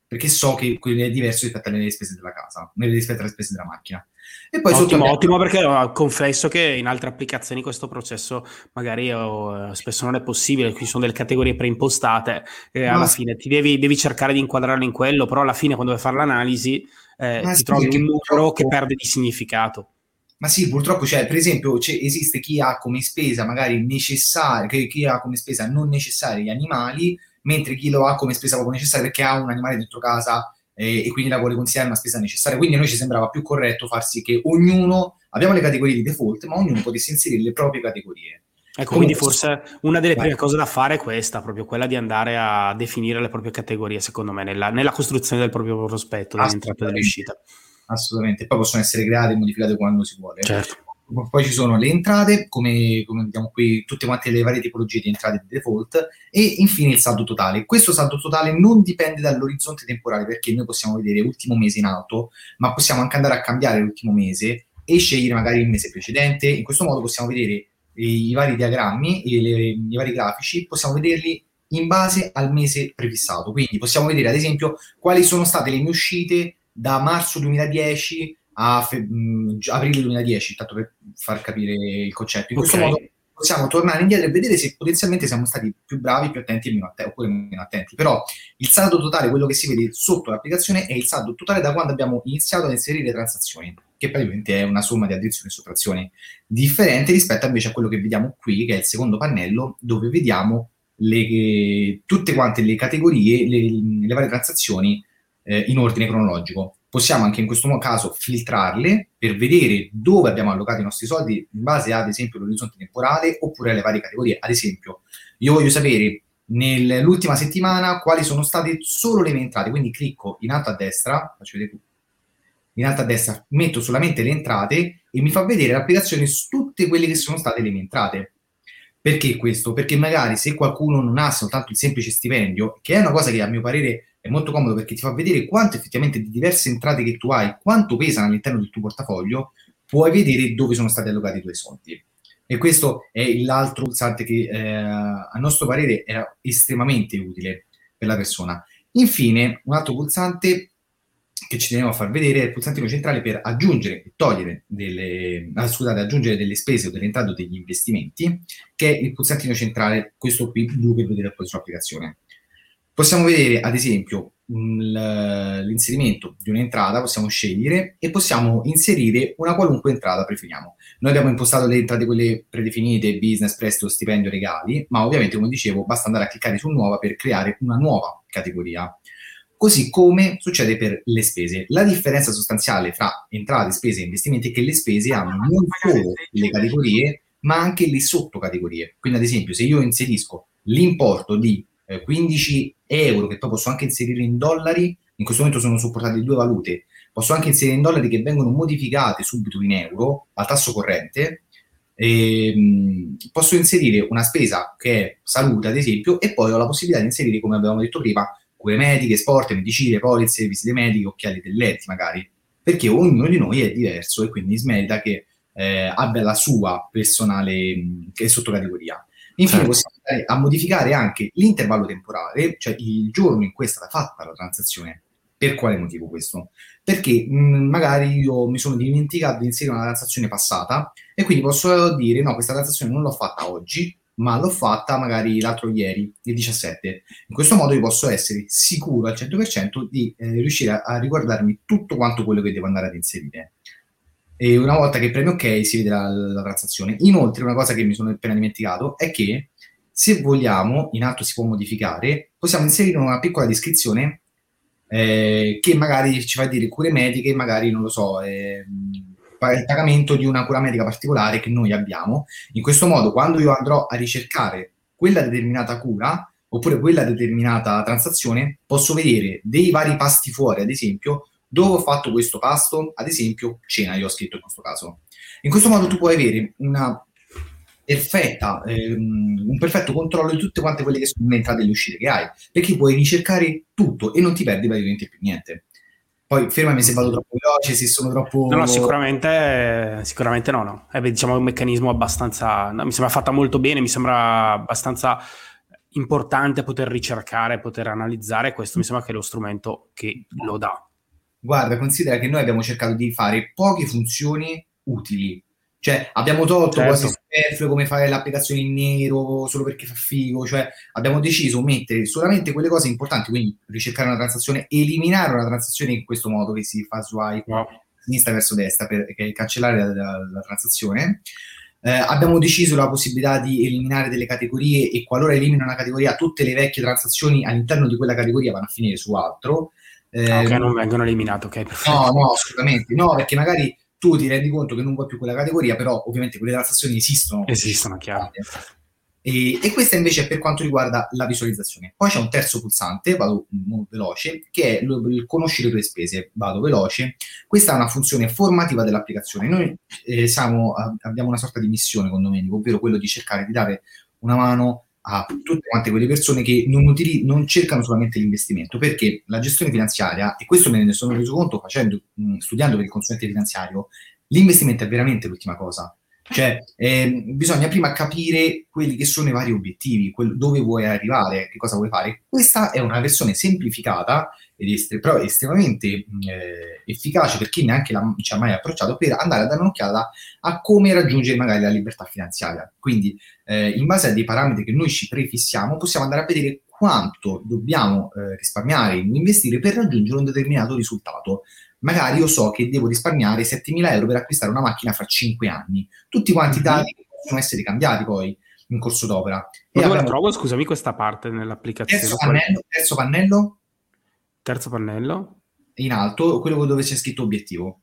perché so che quello è diverso rispetto alle spese della casa, rispetto alle spese della macchina. E poi Ottimo, sotto ottimo, perché oh, confesso che in altre applicazioni questo processo magari oh, spesso non è possibile, qui sono delle categorie preimpostate e ma alla sì, fine ti devi, devi cercare di inquadrarlo in quello, però alla fine quando vai a fare l'analisi eh, ma ti sì, trovi perché un numero che purtroppo perde di significato. Ma sì, purtroppo c'è, per esempio, c'è- esiste chi ha come spesa magari necessaria, che- chi ha come spesa non necessaria gli animali, mentre chi lo ha come spesa proprio necessaria perché ha un animale dentro casa eh, e quindi la vuole considerare una spesa necessaria. Quindi a noi ci sembrava più corretto far sì che ognuno, abbiamo le categorie di default, ma ognuno potesse inserire le proprie categorie. Ecco, quindi Comunque, forse una delle vai. prime cose da fare è questa, proprio quella di andare a definire le proprie categorie, secondo me, nella, nella costruzione del proprio prospetto, delle entrate e delle Assolutamente, uscite. assolutamente. Poi possono essere create e modificate quando si vuole. Certo. Poi ci sono le entrate, come, come vediamo qui, tutte quante le varie tipologie di entrate di default, e infine il saldo totale. Questo saldo totale non dipende dall'orizzonte temporale, perché noi possiamo vedere ultimo mese in alto, ma possiamo anche andare a cambiare l'ultimo mese e scegliere magari il mese precedente. In questo modo possiamo vedere i, i vari diagrammi, e le- i vari grafici, possiamo vederli in base al mese prefissato. Quindi possiamo vedere, ad esempio, quali sono state le mie uscite da marzo duemiladieci a fe- mh, gi- aprile duemiladieci, tanto per far capire il concetto. In questo Ok. modo possiamo tornare indietro e vedere se potenzialmente siamo stati più bravi, più attenti e meno attenti, oppure meno attenti. Però il saldo totale, quello che si vede sotto l'applicazione, è il saldo totale da quando abbiamo iniziato ad inserire transazioni, che praticamente è una somma di addizioni e sottrazioni, differente rispetto invece a quello che vediamo qui, che è il secondo pannello, dove vediamo le- tutte quante le categorie, le, le varie transazioni eh, in ordine cronologico. Possiamo anche in questo caso filtrarle per vedere dove abbiamo allocato i nostri soldi in base ad esempio all'orizzonte temporale oppure alle varie categorie. Ad esempio, io voglio sapere nell'ultima settimana quali sono state solo le mie entrate, quindi clicco in alto a destra, faccio vedere qui, in alto a destra, metto solamente le entrate e mi fa vedere l'applicazione su tutte quelle che sono state le mie entrate. Perché questo? Perché magari se qualcuno non ha soltanto il semplice stipendio, che è una cosa che a mio parere è molto comodo perché ti fa vedere quanto effettivamente di diverse entrate che tu hai, quanto pesano all'interno del tuo portafoglio, puoi vedere dove sono stati allocati i tuoi soldi. E questo è l'altro pulsante che eh, a nostro parere era estremamente utile per la persona. Infine, un altro pulsante che ci teniamo a far vedere è il pulsantino centrale per aggiungere e togliere delle, ah, scusate, aggiungere delle spese o delle entrate o degli investimenti, che è il pulsantino centrale, questo qui blu che vedete poi sull'applicazione. Possiamo vedere ad esempio mh, l'inserimento di un'entrata, possiamo scegliere e possiamo inserire una qualunque entrata preferiamo. Noi abbiamo impostato le entrate quelle predefinite, business, prestito, stipendio, regali, ma ovviamente come dicevo basta andare a cliccare su nuova per creare una nuova categoria. Così come succede per le spese. La differenza sostanziale fra entrate, spese e investimenti è che le spese hanno non solo le categorie, ma anche le sottocategorie. Quindi, ad esempio, se io inserisco l'importo di eh, quindici euro, che poi posso anche inserire in dollari, in questo momento sono supportate due valute, posso anche inserire in dollari che vengono modificate subito in euro al tasso corrente. E, mh, posso inserire una spesa che è salute, ad esempio, e poi ho la possibilità di inserire, come avevamo detto prima, cure mediche, sport, medicine, polizze, visite mediche, occhiali dei letti magari, perché ognuno di noi è diverso e quindi smerita che eh, abbia la sua personale mh, sottocategoria. Infine Certo. possiamo andare a modificare anche l'intervallo temporale, cioè il giorno in cui è stata fatta la transazione. Per quale motivo questo? Perché mh, magari io mi sono dimenticato di inserire una transazione passata e quindi posso dire no, questa transazione non l'ho fatta oggi, ma l'ho fatta magari l'altro ieri, il diciassette. In questo modo io posso essere sicuro al cento per cento di eh, riuscire a, a riguardarmi tutto quanto quello che devo andare ad inserire. E una volta che premi ok si vede la, la transazione. Inoltre una cosa che mi sono appena dimenticato è che se vogliamo, in alto si può modificare, possiamo inserire una piccola descrizione eh, che magari ci fa dire cure mediche, magari non lo so, eh, il pagamento di una cura medica particolare che noi abbiamo. In questo modo, quando io andrò a ricercare quella determinata cura oppure quella determinata transazione, posso vedere dei vari pasti fuori, ad esempio, dove ho fatto questo pasto, ad esempio cena, io ho scritto in questo caso. In questo modo tu puoi avere una perfetta, ehm, un perfetto controllo di tutte quante quelle che sono le entrate e le uscite che hai, perché puoi ricercare tutto e non ti perdi praticamente più niente. Poi fermami se vado troppo veloce, se sono troppo... No, no, sicuramente, sicuramente no, no. È diciamo un meccanismo abbastanza, no, mi sembra fatta molto bene, mi sembra abbastanza importante poter ricercare, poter analizzare, questo mi sembra che è lo strumento che lo dà. Guarda, considera che noi abbiamo cercato di fare poche funzioni utili, cioè abbiamo tolto Certo. cose superflue come fare l'applicazione in nero solo perché fa figo, cioè abbiamo deciso di mettere solamente quelle cose importanti, quindi ricercare una transazione, eliminare una transazione in questo modo che si fa swipe No. sinistra verso destra per che- cancellare la, la- la transazione. Eh, abbiamo deciso la possibilità di eliminare delle categorie e qualora elimina una categoria tutte le vecchie transazioni all'interno di quella categoria vanno a finire su altro. Eh, Ah, ok, non vengono eliminate, ok, perfetto. No, no, assolutamente no, perché magari tu ti rendi conto che non vuoi più quella categoria, però ovviamente quelle transazioni esistono. Esistono, chiaro. E, e questa invece è per quanto riguarda la visualizzazione. Poi c'è un terzo pulsante, vado molto veloce, che è lo- il conosci le tue spese, vado veloce. Questa è una funzione formativa dell'applicazione. Noi eh, siamo, abbiamo una sorta di missione con Domenico, ovvero quello di cercare di dare una mano a tutte quante quelle persone che non, utili- non cercano solamente l'investimento, perché la gestione finanziaria, e questo me ne sono reso conto facendo, mh, studiando per il consulente finanziario, l'investimento è veramente l'ultima cosa. Cioè, eh, bisogna prima capire quelli che sono i vari obiettivi, quel- dove vuoi arrivare, che cosa vuoi fare. Questa è una versione semplificata, ed estre- però estremamente mh, eh, efficace per chi neanche l'ha, ci ha mai approcciato, per andare a dare un'occhiata a come raggiungere magari la libertà finanziaria. Quindi, eh, in base a dei parametri che noi ci prefissiamo, possiamo andare a vedere quanto dobbiamo eh, risparmiare e investire per raggiungere un determinato risultato. Magari io so che devo risparmiare settemila euro per acquistare una macchina fra cinque anni. Tutti quanti i Mhm. dati possono essere cambiati poi in corso d'opera. Ma E dove la abbiamo trovo? Scusami, questa parte nell'applicazione. terzo Qual- pannello, terzo pannello Terzo pannello. in alto, quello dove c'è scritto obiettivo.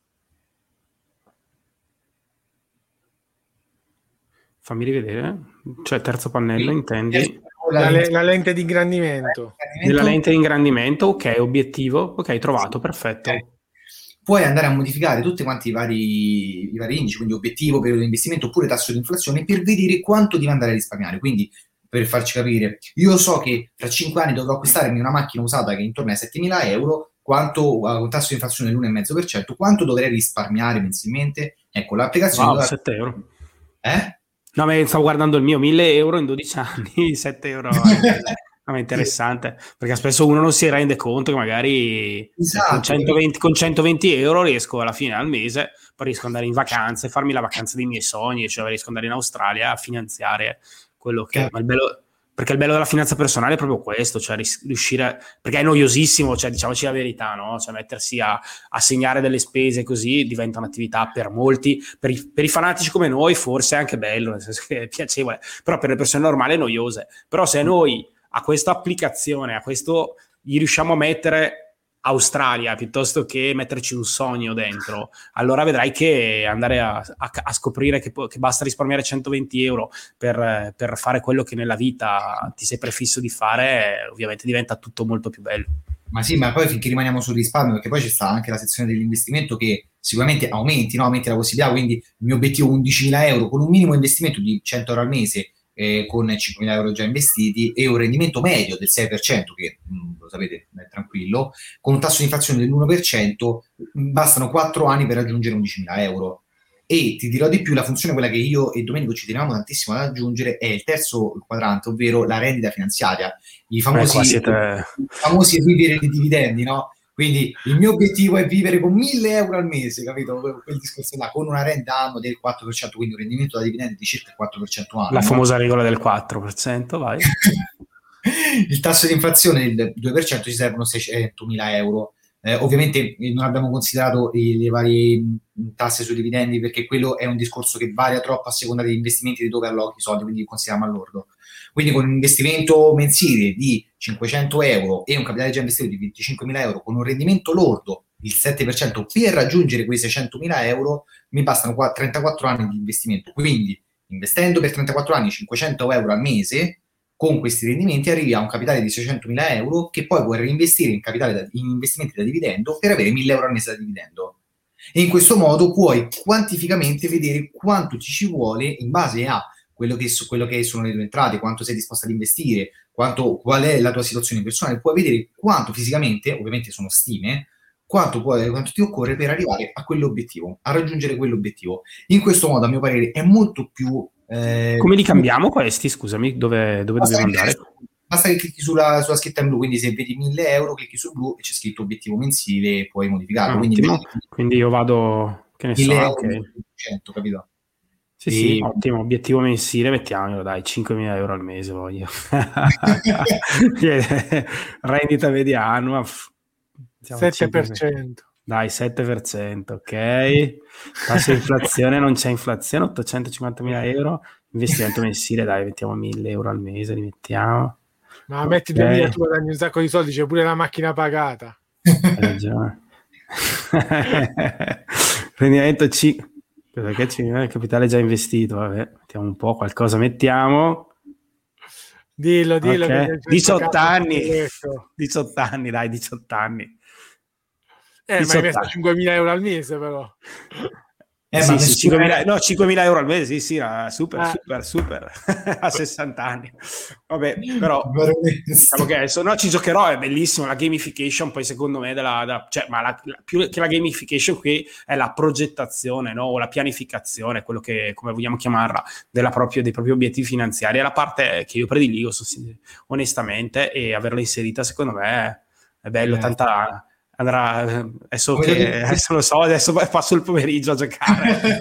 Fammi rivedere. Cioè, terzo pannello, intendi? Terzo- La, le- la lente di ingrandimento. Nella lente di ingrandimento, ok, obiettivo, ok, trovato, perfetto. Ok. Puoi andare a modificare tutti quanti i vari, i vari indici, quindi obiettivo, periodo di investimento oppure tasso di inflazione, per vedere quanto devi andare a risparmiare. Quindi, per farci capire, io so che tra cinque anni dovrò acquistarmi una macchina usata che è intorno ai settemila euro, quanto uh, un tasso di inflazione dell'uno virgola cinque per cento, quanto dovrei risparmiare mensilmente? Ecco, l'applicazione... Wow, dovrà- sette euro. Eh? No, ma stavo guardando il mio, mille euro in dodici anni, sette euro. No, ma è interessante, perché spesso uno non si rende conto che magari Esatto. con, centoventi, con centoventi euro riesco alla fine al mese, poi riesco ad andare in vacanze, farmi la vacanza dei miei sogni, cioè riesco ad andare in Australia a finanziare quello che... Cap- Ma il bello, perché il bello della finanza personale è proprio questo, cioè ris- riuscire... Perché è noiosissimo, cioè diciamoci la verità, no? Cioè mettersi a, a segnare delle spese così diventa un'attività per molti, per i, per i fanatici come noi forse è anche bello, nel senso che è piacevole, però per le persone normali è noiose. Però se noi a questa applicazione, a questo gli riusciamo a mettere Australia piuttosto che metterci un sogno dentro, allora vedrai che andare a, a, a scoprire che, che basta risparmiare centoventi euro per, per fare quello che nella vita ti sei prefisso di fare, ovviamente diventa tutto molto più bello. Ma sì, ma poi finché rimaniamo sul risparmio, perché poi c'è sta anche la sezione dell'investimento che sicuramente aumenti, no? Aumenti la possibilità, quindi il mio obiettivo è undicimila euro con un minimo investimento di cento euro al mese, eh, con cinquemila euro già investiti e un rendimento medio del sei per cento, che mh, lo sapete è tranquillo, con un tasso di inflazione dell'uno per cento, mh, bastano quattro anni per raggiungere undicimila euro. E ti dirò di più, la funzione, quella che io e Domenico ci tenevamo tantissimo ad aggiungere, è il terzo quadrante, ovvero la rendita finanziaria, i famosi, Eh, siete... i famosi vivere di dividendi, no? Quindi il mio obiettivo è vivere con mille euro al mese, capito? Quel discorso là, con una rendita anno del quattro per cento, quindi un rendimento da dividendi di circa il quattro per cento anno. La famosa regola del quattro per cento, vai. Il tasso di inflazione del due per cento, ci servono seicentomila euro. Eh, ovviamente non abbiamo considerato eh, le varie mh, tasse sui dividendi, perché quello è un discorso che varia troppo a seconda degli investimenti, di dove allochi i soldi, quindi consideriamo all'ordo. Quindi con un investimento mensile di cinquecento euro e un capitale già investito di venticinquemila euro, con un rendimento lordo il sette per cento, per raggiungere quei seicentomila euro mi bastano qua trentaquattro anni di investimento. Quindi investendo per trentaquattro anni cinquecento euro al mese, con questi rendimenti arrivi a un capitale di seicentomila euro che poi puoi reinvestire in, capitale da, in investimenti da dividendo per avere mille euro al mese da dividendo. E in questo modo puoi quantificamente vedere quanto ti ci vuole in base a quello che, quello che sono le tue entrate, quanto sei disposto ad investire, quanto, qual è la tua situazione personale. Puoi vedere quanto fisicamente, ovviamente sono stime, quanto, puoi, quanto ti occorre per arrivare a quell'obiettivo, a raggiungere quell'obiettivo. In questo modo, a mio parere, è molto più... Eh, come li cambiamo questi? Scusami, dove, dove dobbiamo andare? basta che clicchi sulla, sulla scritta in blu, quindi se vedi mille euro clicchi su blu e c'è scritto obiettivo mensile e puoi modificarlo. Quindi, quindi io vado, che ne so, okay. cento, capito? Sì, e... sì, ottimo, obiettivo mensile, mettiamolo, dai, cinquemila euro al mese voglio. Rendita media annua. sette per cento. Dai, sette per cento, ok. Tasso di inflazione, non c'è inflazione, ottocentocinquantamila euro. Investimento mensile, dai, mettiamo mille euro al mese, li mettiamo. Ma okay. Metti duemila, tu guadagni un sacco di soldi, c'è pure la macchina pagata. Hai ragione. Rendimento C. Perché c'è il capitale già investito, vabbè, mettiamo un po', qualcosa mettiamo. Dillo, dillo. Okay. diciotto anni, diciotto anni, dai, diciotto anni. Eh, ma hai messo cinquemila euro al mese, però. Eh, sì, sì, cinquemila, no, cinquemila euro al mese, sì, sì, super, ah. super, super, a sessanta anni. Vabbè, però, diciamo che adesso, no, ci giocherò, è bellissimo, la gamification, poi secondo me, della, da, cioè, ma la, la, più che la gamification qui è la progettazione, no, o la pianificazione, quello che, come vogliamo chiamarla, della proprio, dei propri obiettivi finanziari, è la parte che io prediligo, onestamente, e averla inserita, secondo me, è, è bello, eh. tanta... andrà adesso, che, adesso lo so, adesso passo il pomeriggio a giocare.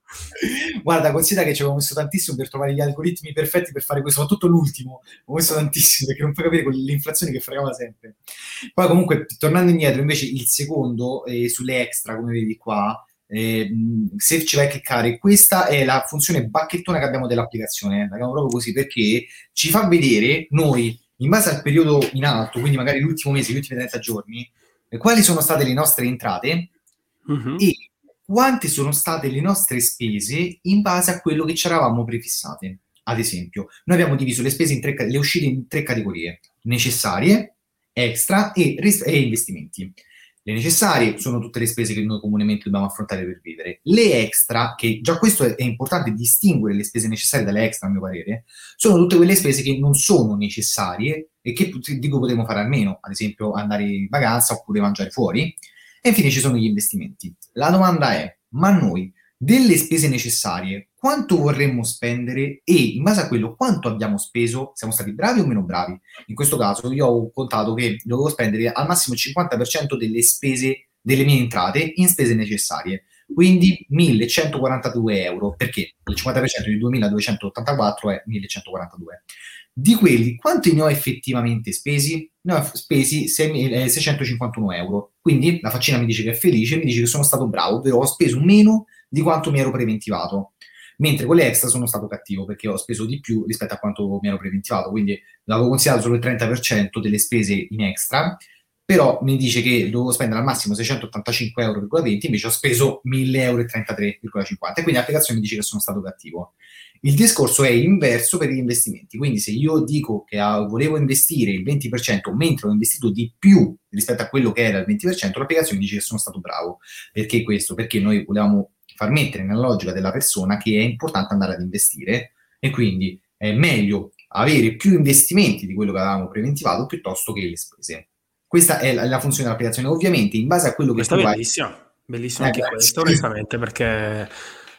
Guarda, considera che ci avevo messo tantissimo per trovare gli algoritmi perfetti per fare questo, soprattutto l'ultimo ho messo tantissimo perché non puoi capire con l'inflazione che fregava sempre. Poi comunque, tornando indietro, invece il secondo eh, sulle extra, come vedi qua, eh, se ci vai a cliccare, questa è la funzione bacchettona che abbiamo dell'applicazione, la chiamo proprio così perché ci fa vedere noi in base al periodo in alto, quindi magari l'ultimo mese, gli ultimi trenta giorni, quali sono state le nostre entrate uh-huh. e quante sono state le nostre spese in base a quello che ci eravamo prefissate. Ad esempio, noi abbiamo diviso le spese in tre, le uscite in tre categorie: necessarie, extra e, ris- e investimenti. Le necessarie sono tutte le spese che noi comunemente dobbiamo affrontare per vivere. Le extra, che già questo è, è importante distinguere le spese necessarie dalle extra, a mio parere, sono tutte quelle spese che non sono necessarie e che di cui potremo fare a meno, ad esempio andare in vacanza oppure mangiare fuori. E infine ci sono gli investimenti. La domanda è, ma noi delle spese necessarie quanto vorremmo spendere e in base a quello quanto abbiamo speso, siamo stati bravi o meno bravi? In questo caso io ho contato che dovevo spendere al massimo il cinquanta per cento delle spese, delle mie entrate in spese necessarie, quindi millecentoquarantadue euro, perché il cinquanta per cento di duemiladuecentottantaquattro è millecentoquarantadue. Di quelli, quanti ne ho effettivamente spesi? Ne ho spesi seicentocinquantuno euro. Quindi la faccina mi dice che è felice, mi dice che sono stato bravo, ovvero ho speso meno di quanto mi ero preventivato. Mentre con le extra sono stato cattivo, perché ho speso di più rispetto a quanto mi ero preventivato. Quindi l'avevo considerato solo il trenta per cento delle spese in extra, però mi dice che dovevo spendere al massimo seicentottantacinque euro virgola venti, invece ho speso mille euro e trentatré virgola cinquanta, e quindi l'applicazione mi dice che sono stato cattivo. Il discorso è inverso per gli investimenti, quindi se io dico che ah, volevo investire il venti per cento mentre ho investito di più rispetto a quello che era il venti per cento, l'applicazione dice che sono stato bravo. Perché questo? Perché noi volevamo far mettere nella logica della persona che è importante andare ad investire, e quindi è meglio avere più investimenti di quello che avevamo preventivato piuttosto che le spese. Questa è la, la funzione dell'applicazione. Ovviamente in base a quello che questa tu è bellissima, vai... bellissima eh, anche beh, questo, sì. onestamente, perché...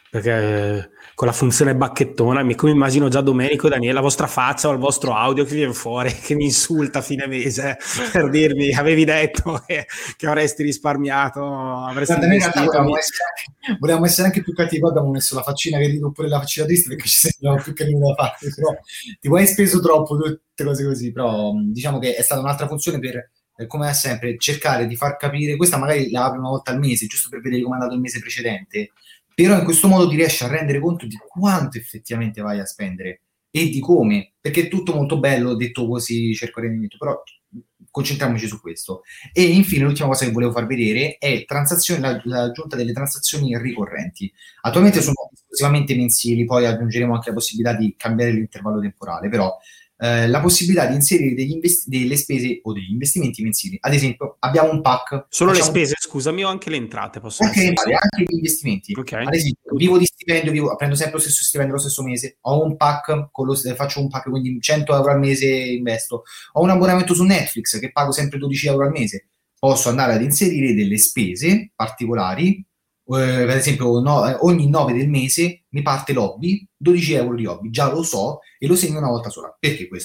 perché con la funzione bacchettona mi come immagino già Domenico e Daniele, la vostra faccia o il vostro audio che viene fuori, che mi insulta a fine mese per dirmi avevi detto che, che avresti risparmiato, avresti Guarda, investito. Volevamo essere, volevamo essere anche più cattivi, abbiamo messo la faccina che rido oppure la faccina triste perché ci sembrava più carino da fare, però tipo hai speso troppo, tutte cose così, però diciamo che è stata un'altra funzione per, come sempre, cercare di far capire, questa magari la apri una volta al mese, giusto per vedere come è andato il mese precedente, però in questo modo ti riesci a rendere conto di quanto effettivamente vai a spendere e di come, perché è tutto molto bello detto così, cerco rendimento, però concentriamoci su questo. E infine l'ultima cosa che volevo far vedere è transazioni, la, l'aggiunta delle transazioni ricorrenti. Attualmente sono esclusivamente mensili, poi aggiungeremo anche la possibilità di cambiare l'intervallo temporale, però eh, la possibilità di inserire degli investi- delle spese o degli investimenti mensili. Ad esempio abbiamo un pack. Solo le spese, un... scusami, o anche le entrate possono anche, essere? Anche gli investimenti. Okay. Ad esempio, vivo di stipendio, vivo, prendo sempre lo stesso stipendio lo stesso mese, ho un pack, con lo, faccio un pack, quindi cento euro al mese investo, ho un abbonamento su Netflix che pago sempre dodici euro al mese, posso andare ad inserire delle spese particolari. Uh, per esempio no, ogni nove del mese mi parte l'hobby, dodici euro di hobby, già lo so e lo segno una volta sola. Perché questo?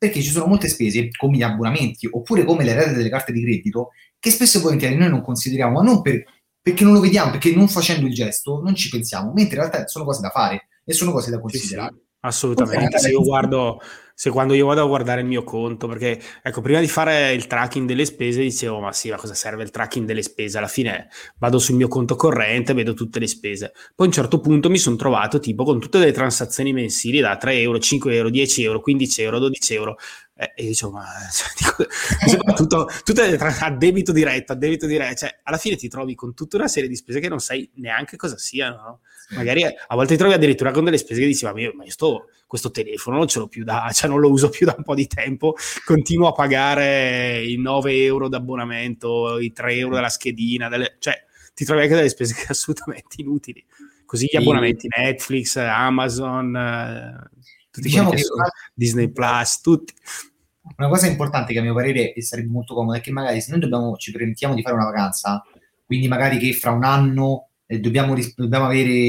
perché ci sono molte spese, come gli abbonamenti, oppure come le rate delle carte di credito, che spesso e volentieri noi non consideriamo, ma non per, perché non lo vediamo, perché non facendo il gesto non ci pensiamo, mentre in realtà sono cose da fare e sono cose da considerare. Sì, sì, assolutamente. Se io guardo, se quando io vado a guardare il mio conto, perché ecco, prima di fare il tracking delle spese dicevo, ma sì, ma cosa serve il tracking delle spese? Alla fine vado sul mio conto corrente, vedo tutte le spese. Poi a un certo punto mi sono trovato tipo con tutte le transazioni mensili da tre euro, cinque euro, dieci euro, quindici euro, dodici euro. Eh, e dicevo, ma cioè, dico, soprattutto tutte le tra- a debito diretto, a debito diretto, cioè alla fine ti trovi con tutta una serie di spese che non sai neanche cosa siano, no? Sì. Magari a volte ti trovi addirittura con delle spese che dici, ma io, ma io sto, questo telefono non ce l'ho più da, cioè non lo uso più da un po' di tempo, continuo a pagare i nove euro d'abbonamento, i tre euro della schedina, delle, cioè ti trovi anche delle spese che assolutamente inutili. Così gli abbonamenti Netflix, Amazon, eh, tutti diciamo che, che sono, Disney Plus, tutti. Una cosa importante che a mio parere sarebbe molto comoda è che magari se noi dobbiamo, ci preventiamo di fare una vacanza, quindi magari che fra un anno eh, dobbiamo, dobbiamo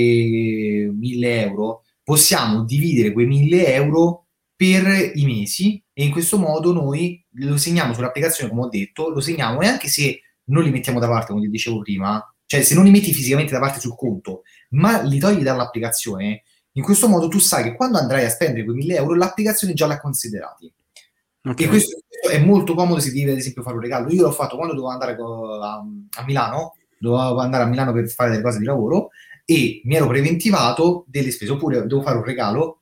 avere mille euro, possiamo dividere quei mille euro per i mesi e in questo modo noi lo segniamo sull'applicazione, come ho detto, lo segniamo e anche se non li mettiamo da parte, come dicevo prima, cioè se non li metti fisicamente da parte sul conto, ma li togli dall'applicazione, in questo modo tu sai che quando andrai a spendere quei mille euro l'applicazione già l'ha considerati. Okay. E questo, questo è molto comodo se devi ad esempio fare un regalo. Io l'ho fatto quando dovevo andare a, a Milano, dovevo andare a Milano per fare delle cose di lavoro e mi ero preventivato delle spese, oppure devo fare un regalo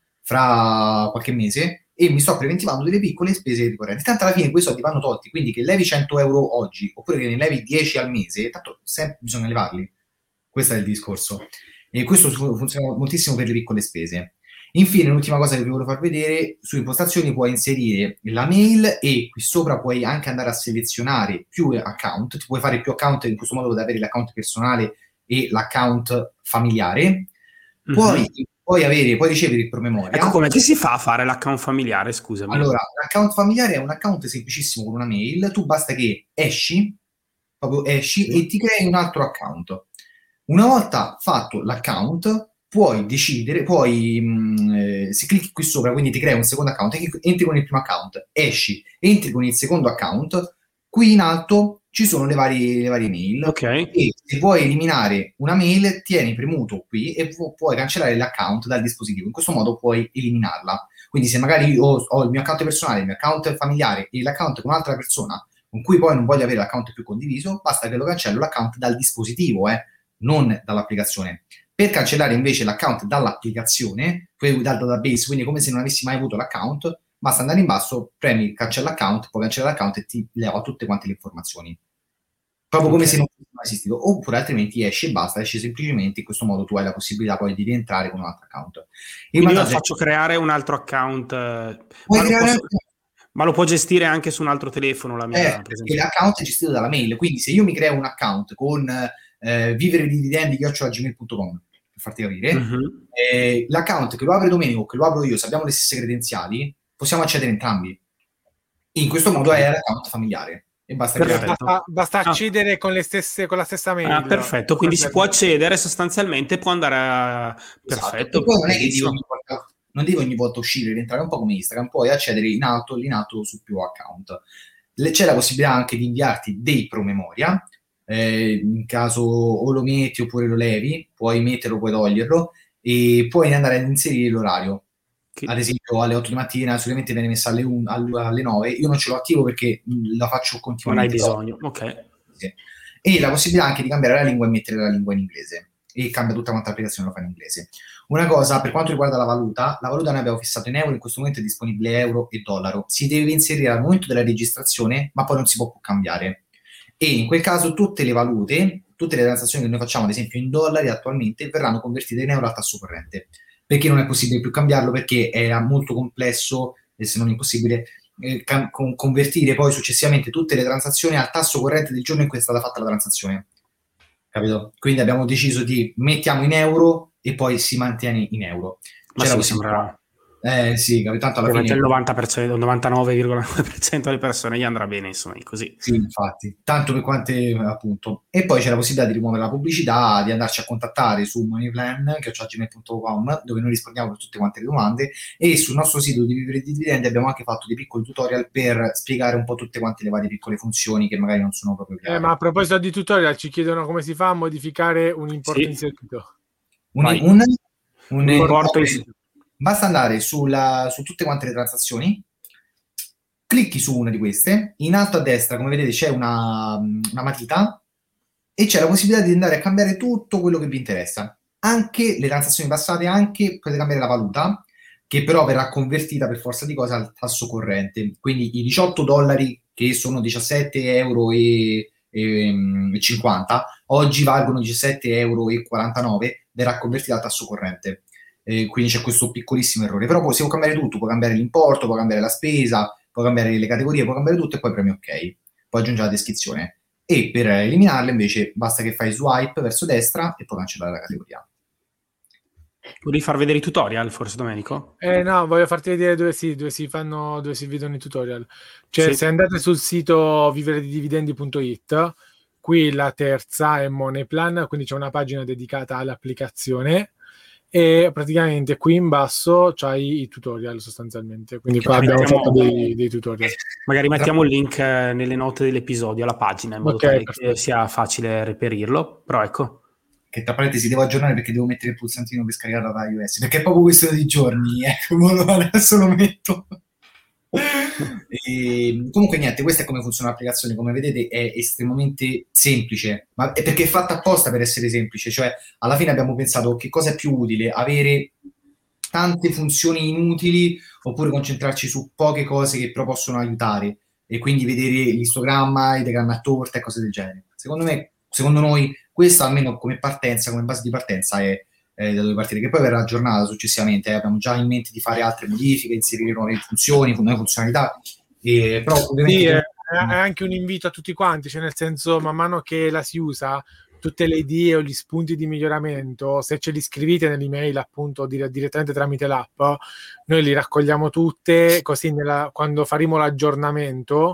fra qualche mese e mi sto preventivando delle piccole spese ricorrenti. Tanto alla fine quei soldi vanno tolti, quindi che levi cento euro oggi oppure che ne levi dieci al mese, tanto sempre bisogna levarli. Questo è il discorso. E questo funziona moltissimo per le piccole spese. Infine, l'ultima cosa che vi voglio far vedere, su impostazioni puoi inserire la mail e qui sopra puoi anche andare a selezionare più account, ti puoi fare più account, in questo modo puoi avere l'account personale e l'account familiare, puoi, mm-hmm. puoi, avere, puoi ricevere il promemoria. Ecco, come si fa a fare l'account familiare, scusami? Allora, l'account familiare è un account semplicissimo con una mail, tu basta che esci, proprio esci mm-hmm. e ti crei un altro account. Una volta fatto l'account, puoi decidere, puoi, mh, eh, se clicchi qui sopra, quindi ti crea un secondo account, entri con il primo account, esci, entri con il secondo account, qui in alto ci sono le varie, le varie mail. Okay. E se vuoi eliminare una mail, tieni premuto qui e pu- puoi cancellare l'account dal dispositivo. In questo modo puoi eliminarla. Quindi se magari io ho, ho il mio account personale, il mio account familiare e l'account con un'altra persona con cui poi non voglio avere l'account più condiviso, basta che lo cancello l'account dal dispositivo, eh, non dall'applicazione. Per cancellare invece l'account dall'applicazione, dal database, quindi come se non avessi mai avuto l'account, basta andare in basso, premi cancella account, poi cancella l'account e ti leva tutte quante le informazioni. Proprio okay. Come se non fosse mai esistito. Oppure altrimenti esci e basta, esci semplicemente, in questo modo tu hai la possibilità poi di rientrare con un altro account. Quindi io faccio creare un altro account, ma lo, posso, ma lo può gestire anche su un altro telefono la mia eh, perché l'account è gestito dalla mail, quindi se io mi creo un account con eh, vivere di dividendi chiocciola gmail punto com, per farti capire, uh-huh. eh, l'account che lo apre Domenico, che lo apro io, se abbiamo le stesse credenziali, possiamo accedere entrambi. In questo modo okay. È l'account familiare. E basta, basta, basta accedere ah. con, le stesse, con la stessa mail. Ah, perfetto, quindi perfetto. Si può accedere sostanzialmente, può andare a... Esatto. Perfetto. E poi non è che devi ogni volta, non devi ogni volta uscire e rientrare, un po' come Instagram, puoi accedere in alto e in alto su più account. C'è la possibilità anche di inviarti dei promemoria, eh, in caso o lo metti oppure lo levi, puoi metterlo, puoi toglierlo, e puoi andare ad inserire l'orario. Che... Ad esempio alle otto di mattina solitamente viene messa alle, un, alle nove, io non ce l'ho attivo perché la faccio continuamente. Non hai bisogno, ok. Sì. E la possibilità anche di cambiare la lingua e mettere la lingua in inglese, e cambia tutta quanta l'applicazione, lo fa in inglese. Una cosa, per quanto riguarda la valuta, la valuta noi abbiamo fissato in euro, in questo momento è disponibile euro e dollaro, si deve inserire al momento della registrazione, ma poi non si può cambiare. E in quel caso tutte le valute, tutte le transazioni che noi facciamo, ad esempio in dollari attualmente, verranno convertite in euro al tasso corrente, perché non è possibile più cambiarlo, perché era molto complesso, e se non impossibile, eh, can- con- convertire poi successivamente tutte le transazioni al tasso corrente del giorno in cui è stata fatta la transazione. Capito? Quindi abbiamo deciso di mettiamo in euro e poi si mantiene in euro. Ma sì, sembra, Eh sì, tanto alla Ovviamente fine... il novanta per cento, il novantanove virgola nove per cento delle persone gli andrà bene, insomma, così. Sì, infatti, tanto per quante appunto. E poi c'è la possibilità di rimuovere la pubblicità, di andarci a contattare su moneyplan chiocciola gmail punto com, dove noi rispondiamo per tutte quante le domande, e sul nostro sito di Vivere di Dividendi abbiamo anche fatto dei piccoli tutorial per spiegare un po' tutte quante le varie piccole funzioni che magari non sono proprio chiare. Eh, ma a proposito di tutorial, ci chiedono come si fa a modificare un importo Sì. inserito. Un, Vai. un, un, Un importo un- inserito. Basta andare sulla, su tutte quante le transazioni, clicchi su una di queste, in alto a destra, come vedete, c'è una, una matita e c'è la possibilità di andare a cambiare tutto quello che vi interessa. Anche le transazioni passate, anche potete cambiare la valuta, che però verrà convertita per forza di cose al tasso corrente. Quindi i diciotto dollari, che sono diciassette euro e, e, e cinquanta, oggi valgono diciassette euro e quarantanove, verrà convertita al tasso corrente. Eh, quindi c'è questo piccolissimo errore. Però può, si può cambiare tutto, può cambiare l'importo, può cambiare la spesa, può cambiare le categorie, può cambiare tutto e poi premi ok. Poi aggiungi la descrizione. E per eliminarle invece basta che fai swipe verso destra e puoi cancellare la categoria. Volevi far vedere i tutorial, forse, Domenico? Eh no, voglio farti vedere dove si, dove si fanno, dove si vedono i tutorial. Cioè, Sì. se andate sul sito viveredidividendi punto it, qui la terza è Moneyplan, quindi c'è una pagina dedicata all'applicazione e praticamente qui in basso c'hai i tutorial sostanzialmente. Quindi qua Magari abbiamo mettiamo- fatto dei, dei tutorial. Magari mettiamo il link eh, nelle note dell'episodio alla pagina, in modo Ok, tale che perfetto. sia facile reperirlo. Però ecco, Che tra parentesi devo aggiornare perché devo mettere il pulsantino per scaricare da iOS, perché è proprio questione di giorni, eh. Adesso lo metto. E, comunque niente, questa è come funziona l'applicazione. Come vedete è estremamente semplice, ma è perché è fatta apposta per essere semplice. Cioè alla fine abbiamo pensato che cosa è più utile, avere tante funzioni inutili oppure concentrarci su poche cose che però possono aiutare, e quindi vedere l'istogramma, i diagrammi a torta e cose del genere. Secondo me, secondo noi questa almeno come partenza, come base di partenza è eh, da dove partire, che poi verrà aggiornata successivamente. Eh. Abbiamo già in mente di fare altre modifiche, inserire nuove funzioni, nuove funzionalità, e, però ovviamente... Sì, è, è anche un invito a tutti quanti, cioè nel senso, man mano che la si usa, tutte le idee o gli spunti di miglioramento, se ce li scrivete nell'email appunto dire, direttamente tramite l'app, noi li raccogliamo tutte, così nella, quando faremo l'aggiornamento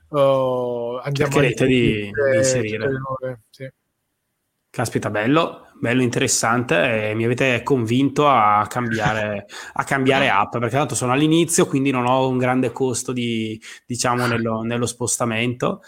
uh, andiamo cercherete a di, di inserire. nuove, sì. Caspita, bello, bello interessante, e mi avete convinto a cambiare, a cambiare app, perché tanto sono all'inizio, quindi non ho un grande costo di, diciamo, nello, nello spostamento,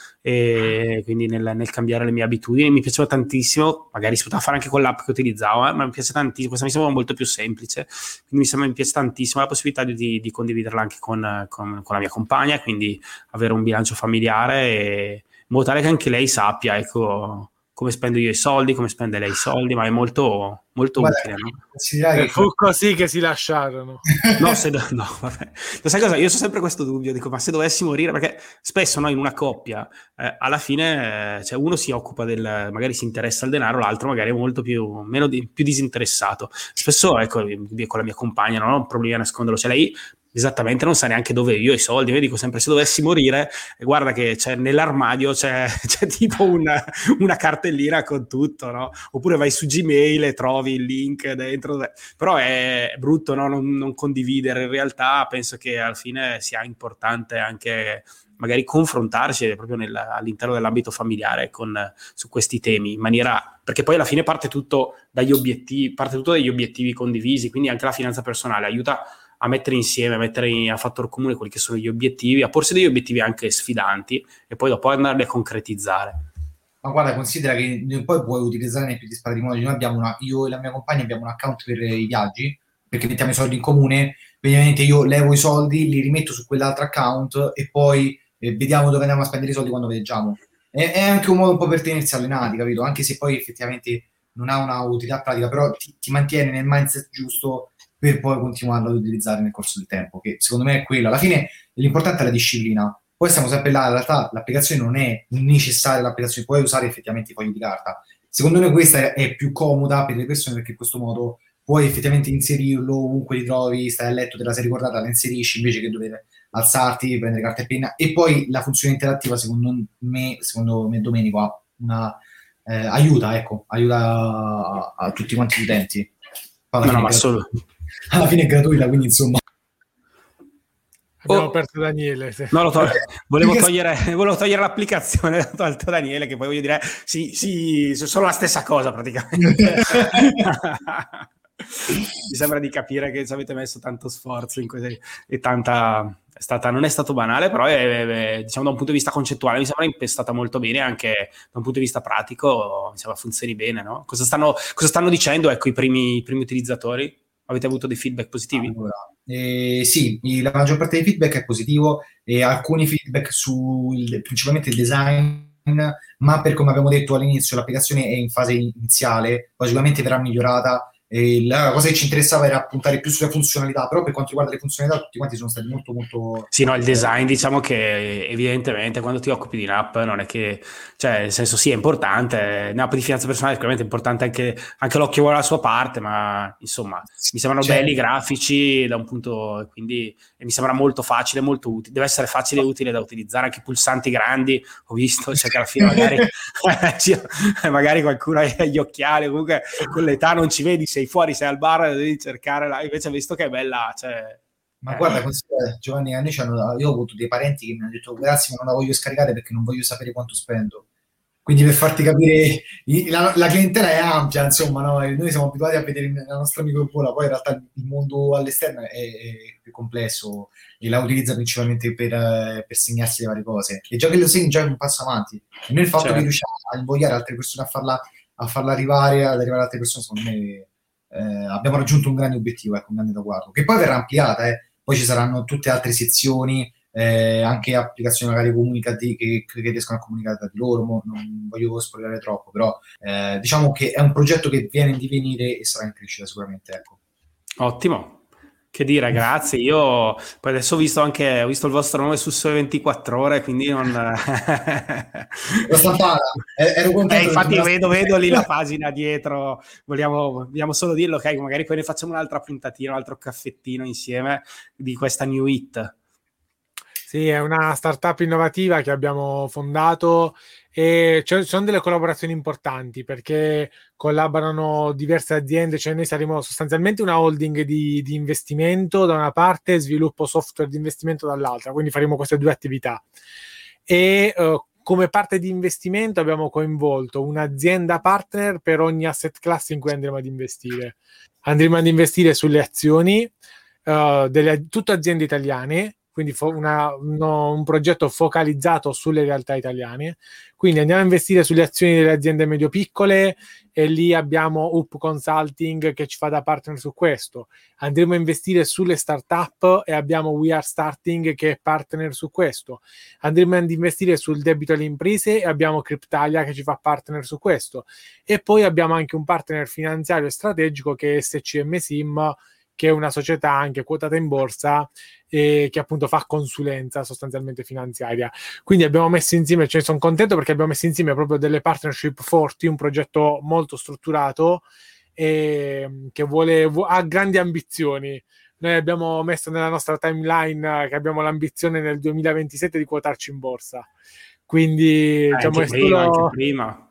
e quindi nel, nel cambiare le mie abitudini. Mi piaceva tantissimo, magari si poteva fare anche con l'app che utilizzavo, eh, ma mi piace tantissimo, questa mi sembra molto più semplice, quindi mi, sembra, mi piace tantissimo la possibilità di, di condividerla anche con, con, con la mia compagna, quindi avere un bilancio familiare, e, in modo tale che anche lei sappia, ecco, come spendo io i soldi, come spende lei i soldi, ma è molto, molto Guarda, utile, no? E fu così che si lasciarono. No, se do- no, vabbè. Lo sai cosa? Io ho sempre questo dubbio, dico, ma se dovessi morire, perché spesso noi in una coppia, eh, alla fine, eh, cioè uno si occupa del, magari si interessa al denaro, l'altro magari è molto più, meno di, più disinteressato. Spesso, ecco, con la mia compagna non ho un problema a nasconderlo, cioè lei esattamente non sa neanche dove io ho i soldi. Io dico sempre, se dovessi morire, guarda che c'è nell'armadio c'è, c'è tipo una, una cartellina con tutto, no? Oppure vai su Gmail e trovi il link dentro, però è brutto, no? non, non condividere. In realtà penso che alla fine sia importante anche magari confrontarsi proprio nel, all'interno dell'ambito familiare con, su questi temi, in maniera, perché poi alla fine parte tutto dagli obiettivi, parte tutto dagli obiettivi condivisi, quindi anche la finanza personale aiuta a mettere insieme, a mettere in, a fattor comune quelli che sono gli obiettivi, a porsi degli obiettivi anche sfidanti e poi dopo andarli a concretizzare. Ma guarda, considera che poi puoi utilizzare nei più disparati modi. Noi abbiamo una, io e la mia compagna abbiamo un account per i viaggi, perché mettiamo i soldi in comune, ovviamente io levo i soldi, li rimetto su quell'altro account e poi eh, vediamo dove andiamo a spendere i soldi quando viaggiamo. È, è anche un modo un po' per tenersi allenati, capito? Anche se poi effettivamente non ha una utilità pratica, però ti, ti mantiene nel mindset giusto per poi continuarlo ad utilizzare nel corso del tempo, che secondo me è quello. Alla fine l'importante è la disciplina. Poi stiamo sempre là, in realtà l'applicazione non è necessaria, l'applicazione puoi usare effettivamente i fogli di carta. Secondo noi questa è più comoda per le persone, perché in questo modo puoi effettivamente inserirlo ovunque li trovi, stai a letto, te la sei ricordata, la inserisci invece che dover alzarti, prendere carta e penna. E poi la funzione interattiva, secondo me, secondo me Domenico, ha una, eh, aiuta, ecco, aiuta a, a tutti quanti gli utenti. No, no, ma solo... alla fine è gratuita, quindi insomma. Abbiamo Oh. perso Daniele. Sì. No, lo to- volevo, togliere, volevo togliere l'applicazione, ho tolto Daniele, che poi voglio dire, sì, sì, sono la stessa cosa praticamente. Mi sembra di capire che ci avete messo tanto sforzo in queste, e tanta... È stata, non è stato banale, però è, è, diciamo da un punto di vista concettuale mi sembra impestata molto bene, anche da un punto di vista pratico mi sembra funzioni bene, no? Cosa stanno, cosa stanno dicendo, ecco, i primi, i primi utilizzatori? Avete avuto dei feedback positivi? Allora, eh, sì, la maggior parte dei feedback è positivo e alcuni feedback sul principalmente il design, ma per come abbiamo detto all'inizio l'applicazione è in fase iniziale, poi sicuramente verrà migliorata. E la cosa che ci interessava era puntare più sulle funzionalità, però per quanto riguarda le funzionalità tutti quanti sono stati molto molto... Sì, no, il design diciamo che evidentemente quando ti occupi di un'app non è che, cioè nel senso sì è importante, un'app di finanza personale è sicuramente importante anche, anche l'occhio vuole la sua parte, ma insomma mi sembrano Cioè, belli, grafici da un punto, quindi e mi sembra molto facile, molto utile, deve essere facile e utile da utilizzare, anche i pulsanti grandi, ho visto, cioè che alla fine magari, magari qualcuno ha gli occhiali, comunque con l'età non ci vedi, sei fuori, sei al bar, devi cercare, là. Invece ho visto che è bella, cioè... Ma eh. guarda, considera, Giovanni, a noi c'hanno- io ho avuto dei parenti che mi hanno detto grazie, ma non la voglio scaricare perché non voglio sapere quanto spendo. Quindi per farti capire, i- la, la clientela è ampia, insomma, no? E noi siamo abituati a vedere il nostro amico in vola, poi in realtà il mondo all'esterno è, è più complesso e la utilizza principalmente per, eh, per segnarsi le varie cose. E già che lo segni, già è un passo avanti. E noi il fatto Certo. che riusciamo a invogliare altre persone a farla, a farla arrivare, ad arrivare ad altre persone, secondo me eh, abbiamo raggiunto un grande obiettivo, ecco, un grande traguardo, che poi verrà ampliata, eh. Poi ci saranno tutte altre sezioni, eh, anche applicazioni magari comunicativi che, che riescono a comunicare tra di loro, mo non voglio spoilerare troppo, però eh, diciamo che è un progetto che viene in divenire e sarà in crescita sicuramente, ecco. Ottimo, che dire, grazie. Io poi adesso ho visto anche ho visto il vostro nome su Sole ventiquattro Ore, quindi non L'ho stampata, eh, ero eh, contento infatti perché me la vedo, stampata. vedo lì la pagina dietro. Vogliamo, vogliamo solo dirlo, ok? Magari poi ne facciamo un'altra puntatina, un altro caffettino insieme di questa New It. Sì, è una startup innovativa che abbiamo fondato e ci sono delle collaborazioni importanti perché collaborano diverse aziende, cioè noi saremo sostanzialmente una holding di, di investimento da una parte e sviluppo software di investimento dall'altra, quindi faremo queste due attività. E uh, come parte di investimento abbiamo coinvolto un'azienda partner per ogni asset class in cui andremo ad investire. Andremo ad investire sulle azioni, uh, delle tutte aziende italiane, quindi fo- una, uno, un progetto focalizzato sulle realtà italiane. Quindi andiamo a investire sulle azioni delle aziende medio-piccole e lì abbiamo Up Consulting che ci fa da partner su questo. Andremo a investire sulle startup e abbiamo We Are Starting che è partner su questo. Andremo ad investire sul debito alle imprese e abbiamo Cryptalia che ci fa partner su questo. E poi abbiamo anche un partner finanziario e strategico che è S C M Sim, che è una società anche quotata in borsa e che appunto fa consulenza sostanzialmente finanziaria. Quindi abbiamo messo insieme, cioè sono contento perché abbiamo messo insieme proprio delle partnership forti, un progetto molto strutturato e che vuole, ha grandi ambizioni. Noi abbiamo messo nella nostra timeline che abbiamo l'ambizione nel duemilaventisette di quotarci in borsa. Quindi Eh, diciamo, anche è prima, solo... anche prima.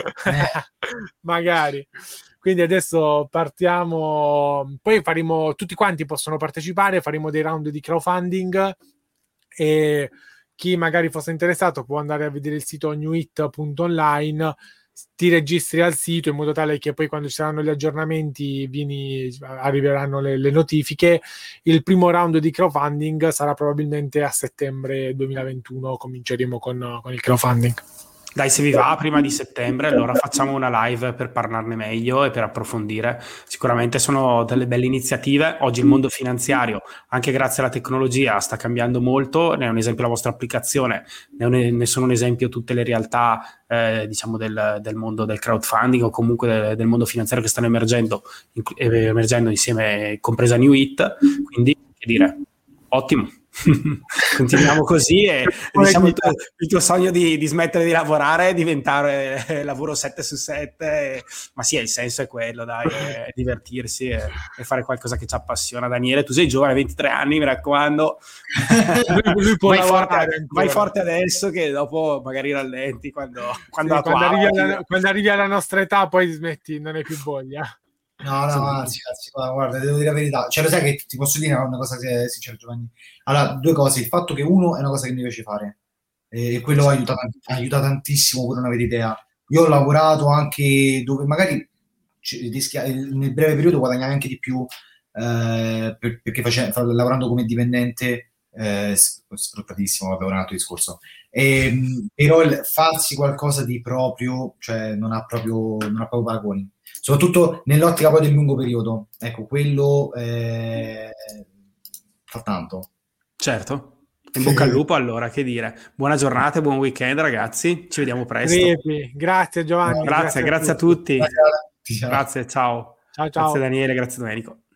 magari. Quindi adesso partiamo, poi faremo, tutti quanti possono partecipare, faremo dei round di crowdfunding e chi magari fosse interessato può andare a vedere il sito newit punto online, ti registri al sito in modo tale che poi quando ci saranno gli aggiornamenti vieni, arriveranno le, le notifiche. Il primo round di crowdfunding sarà probabilmente a settembre duemilaventuno, cominceremo con, con il crowdfunding. Dai, se vi va, prima di settembre, allora facciamo una live per parlarne meglio e per approfondire. Sicuramente sono delle belle iniziative. Oggi il mondo finanziario, anche grazie alla tecnologia, sta cambiando molto. Ne è un esempio la vostra applicazione, ne, un, ne sono un esempio tutte le realtà eh, diciamo del, del mondo del crowdfunding o comunque del, del mondo finanziario che stanno emergendo, in, emergendo insieme, compresa New It. Quindi, che dire, ottimo. Continuiamo così e diciamo il tuo, il tuo sogno di, di smettere di lavorare, diventare eh, lavoro sette su sette, e, ma sì, il senso è quello, dai, è, è divertirsi e, e fare qualcosa che ci appassiona. Daniele, tu sei giovane, ventitré anni, mi raccomando, lui, lui può vai, forte, vai ancora. forte adesso che dopo magari rallenti quando, quando, sì, la tua quando, arrivi tua alla, quando arrivi alla nostra età poi smetti, non hai più voglia. No, no, anzi, anzi, guarda, devo dire la verità. Cioè, lo sai che ti posso dire una cosa che- sincera, Giovanni. Allora, due cose. Il fatto che uno è una cosa che mi piace fare e quello aiuta, tant- aiuta tantissimo, pure non avere idea. Io ho lavorato anche dove magari ci- rischia- nel breve periodo guadagnavi anche di più eh, per- perché face- fa- lavorando come dipendente eh, s- sfruttatissimo, vabbè, ora è un altro discorso. Ehm, però il farsi qualcosa di proprio, cioè non ha proprio, non ha proprio paragoni, soprattutto nell'ottica poi del lungo periodo. Ecco, quello eh, fa tanto. Certo. In bocca al lupo allora, che dire. Buona giornata e buon weekend ragazzi, ci vediamo presto. Crepi. Grazie Giovanni, Grazie, grazie a tutti. tutti. Grazie a tutti, ciao. Grazie, ciao. Ciao ciao. Grazie Daniele, grazie Domenico.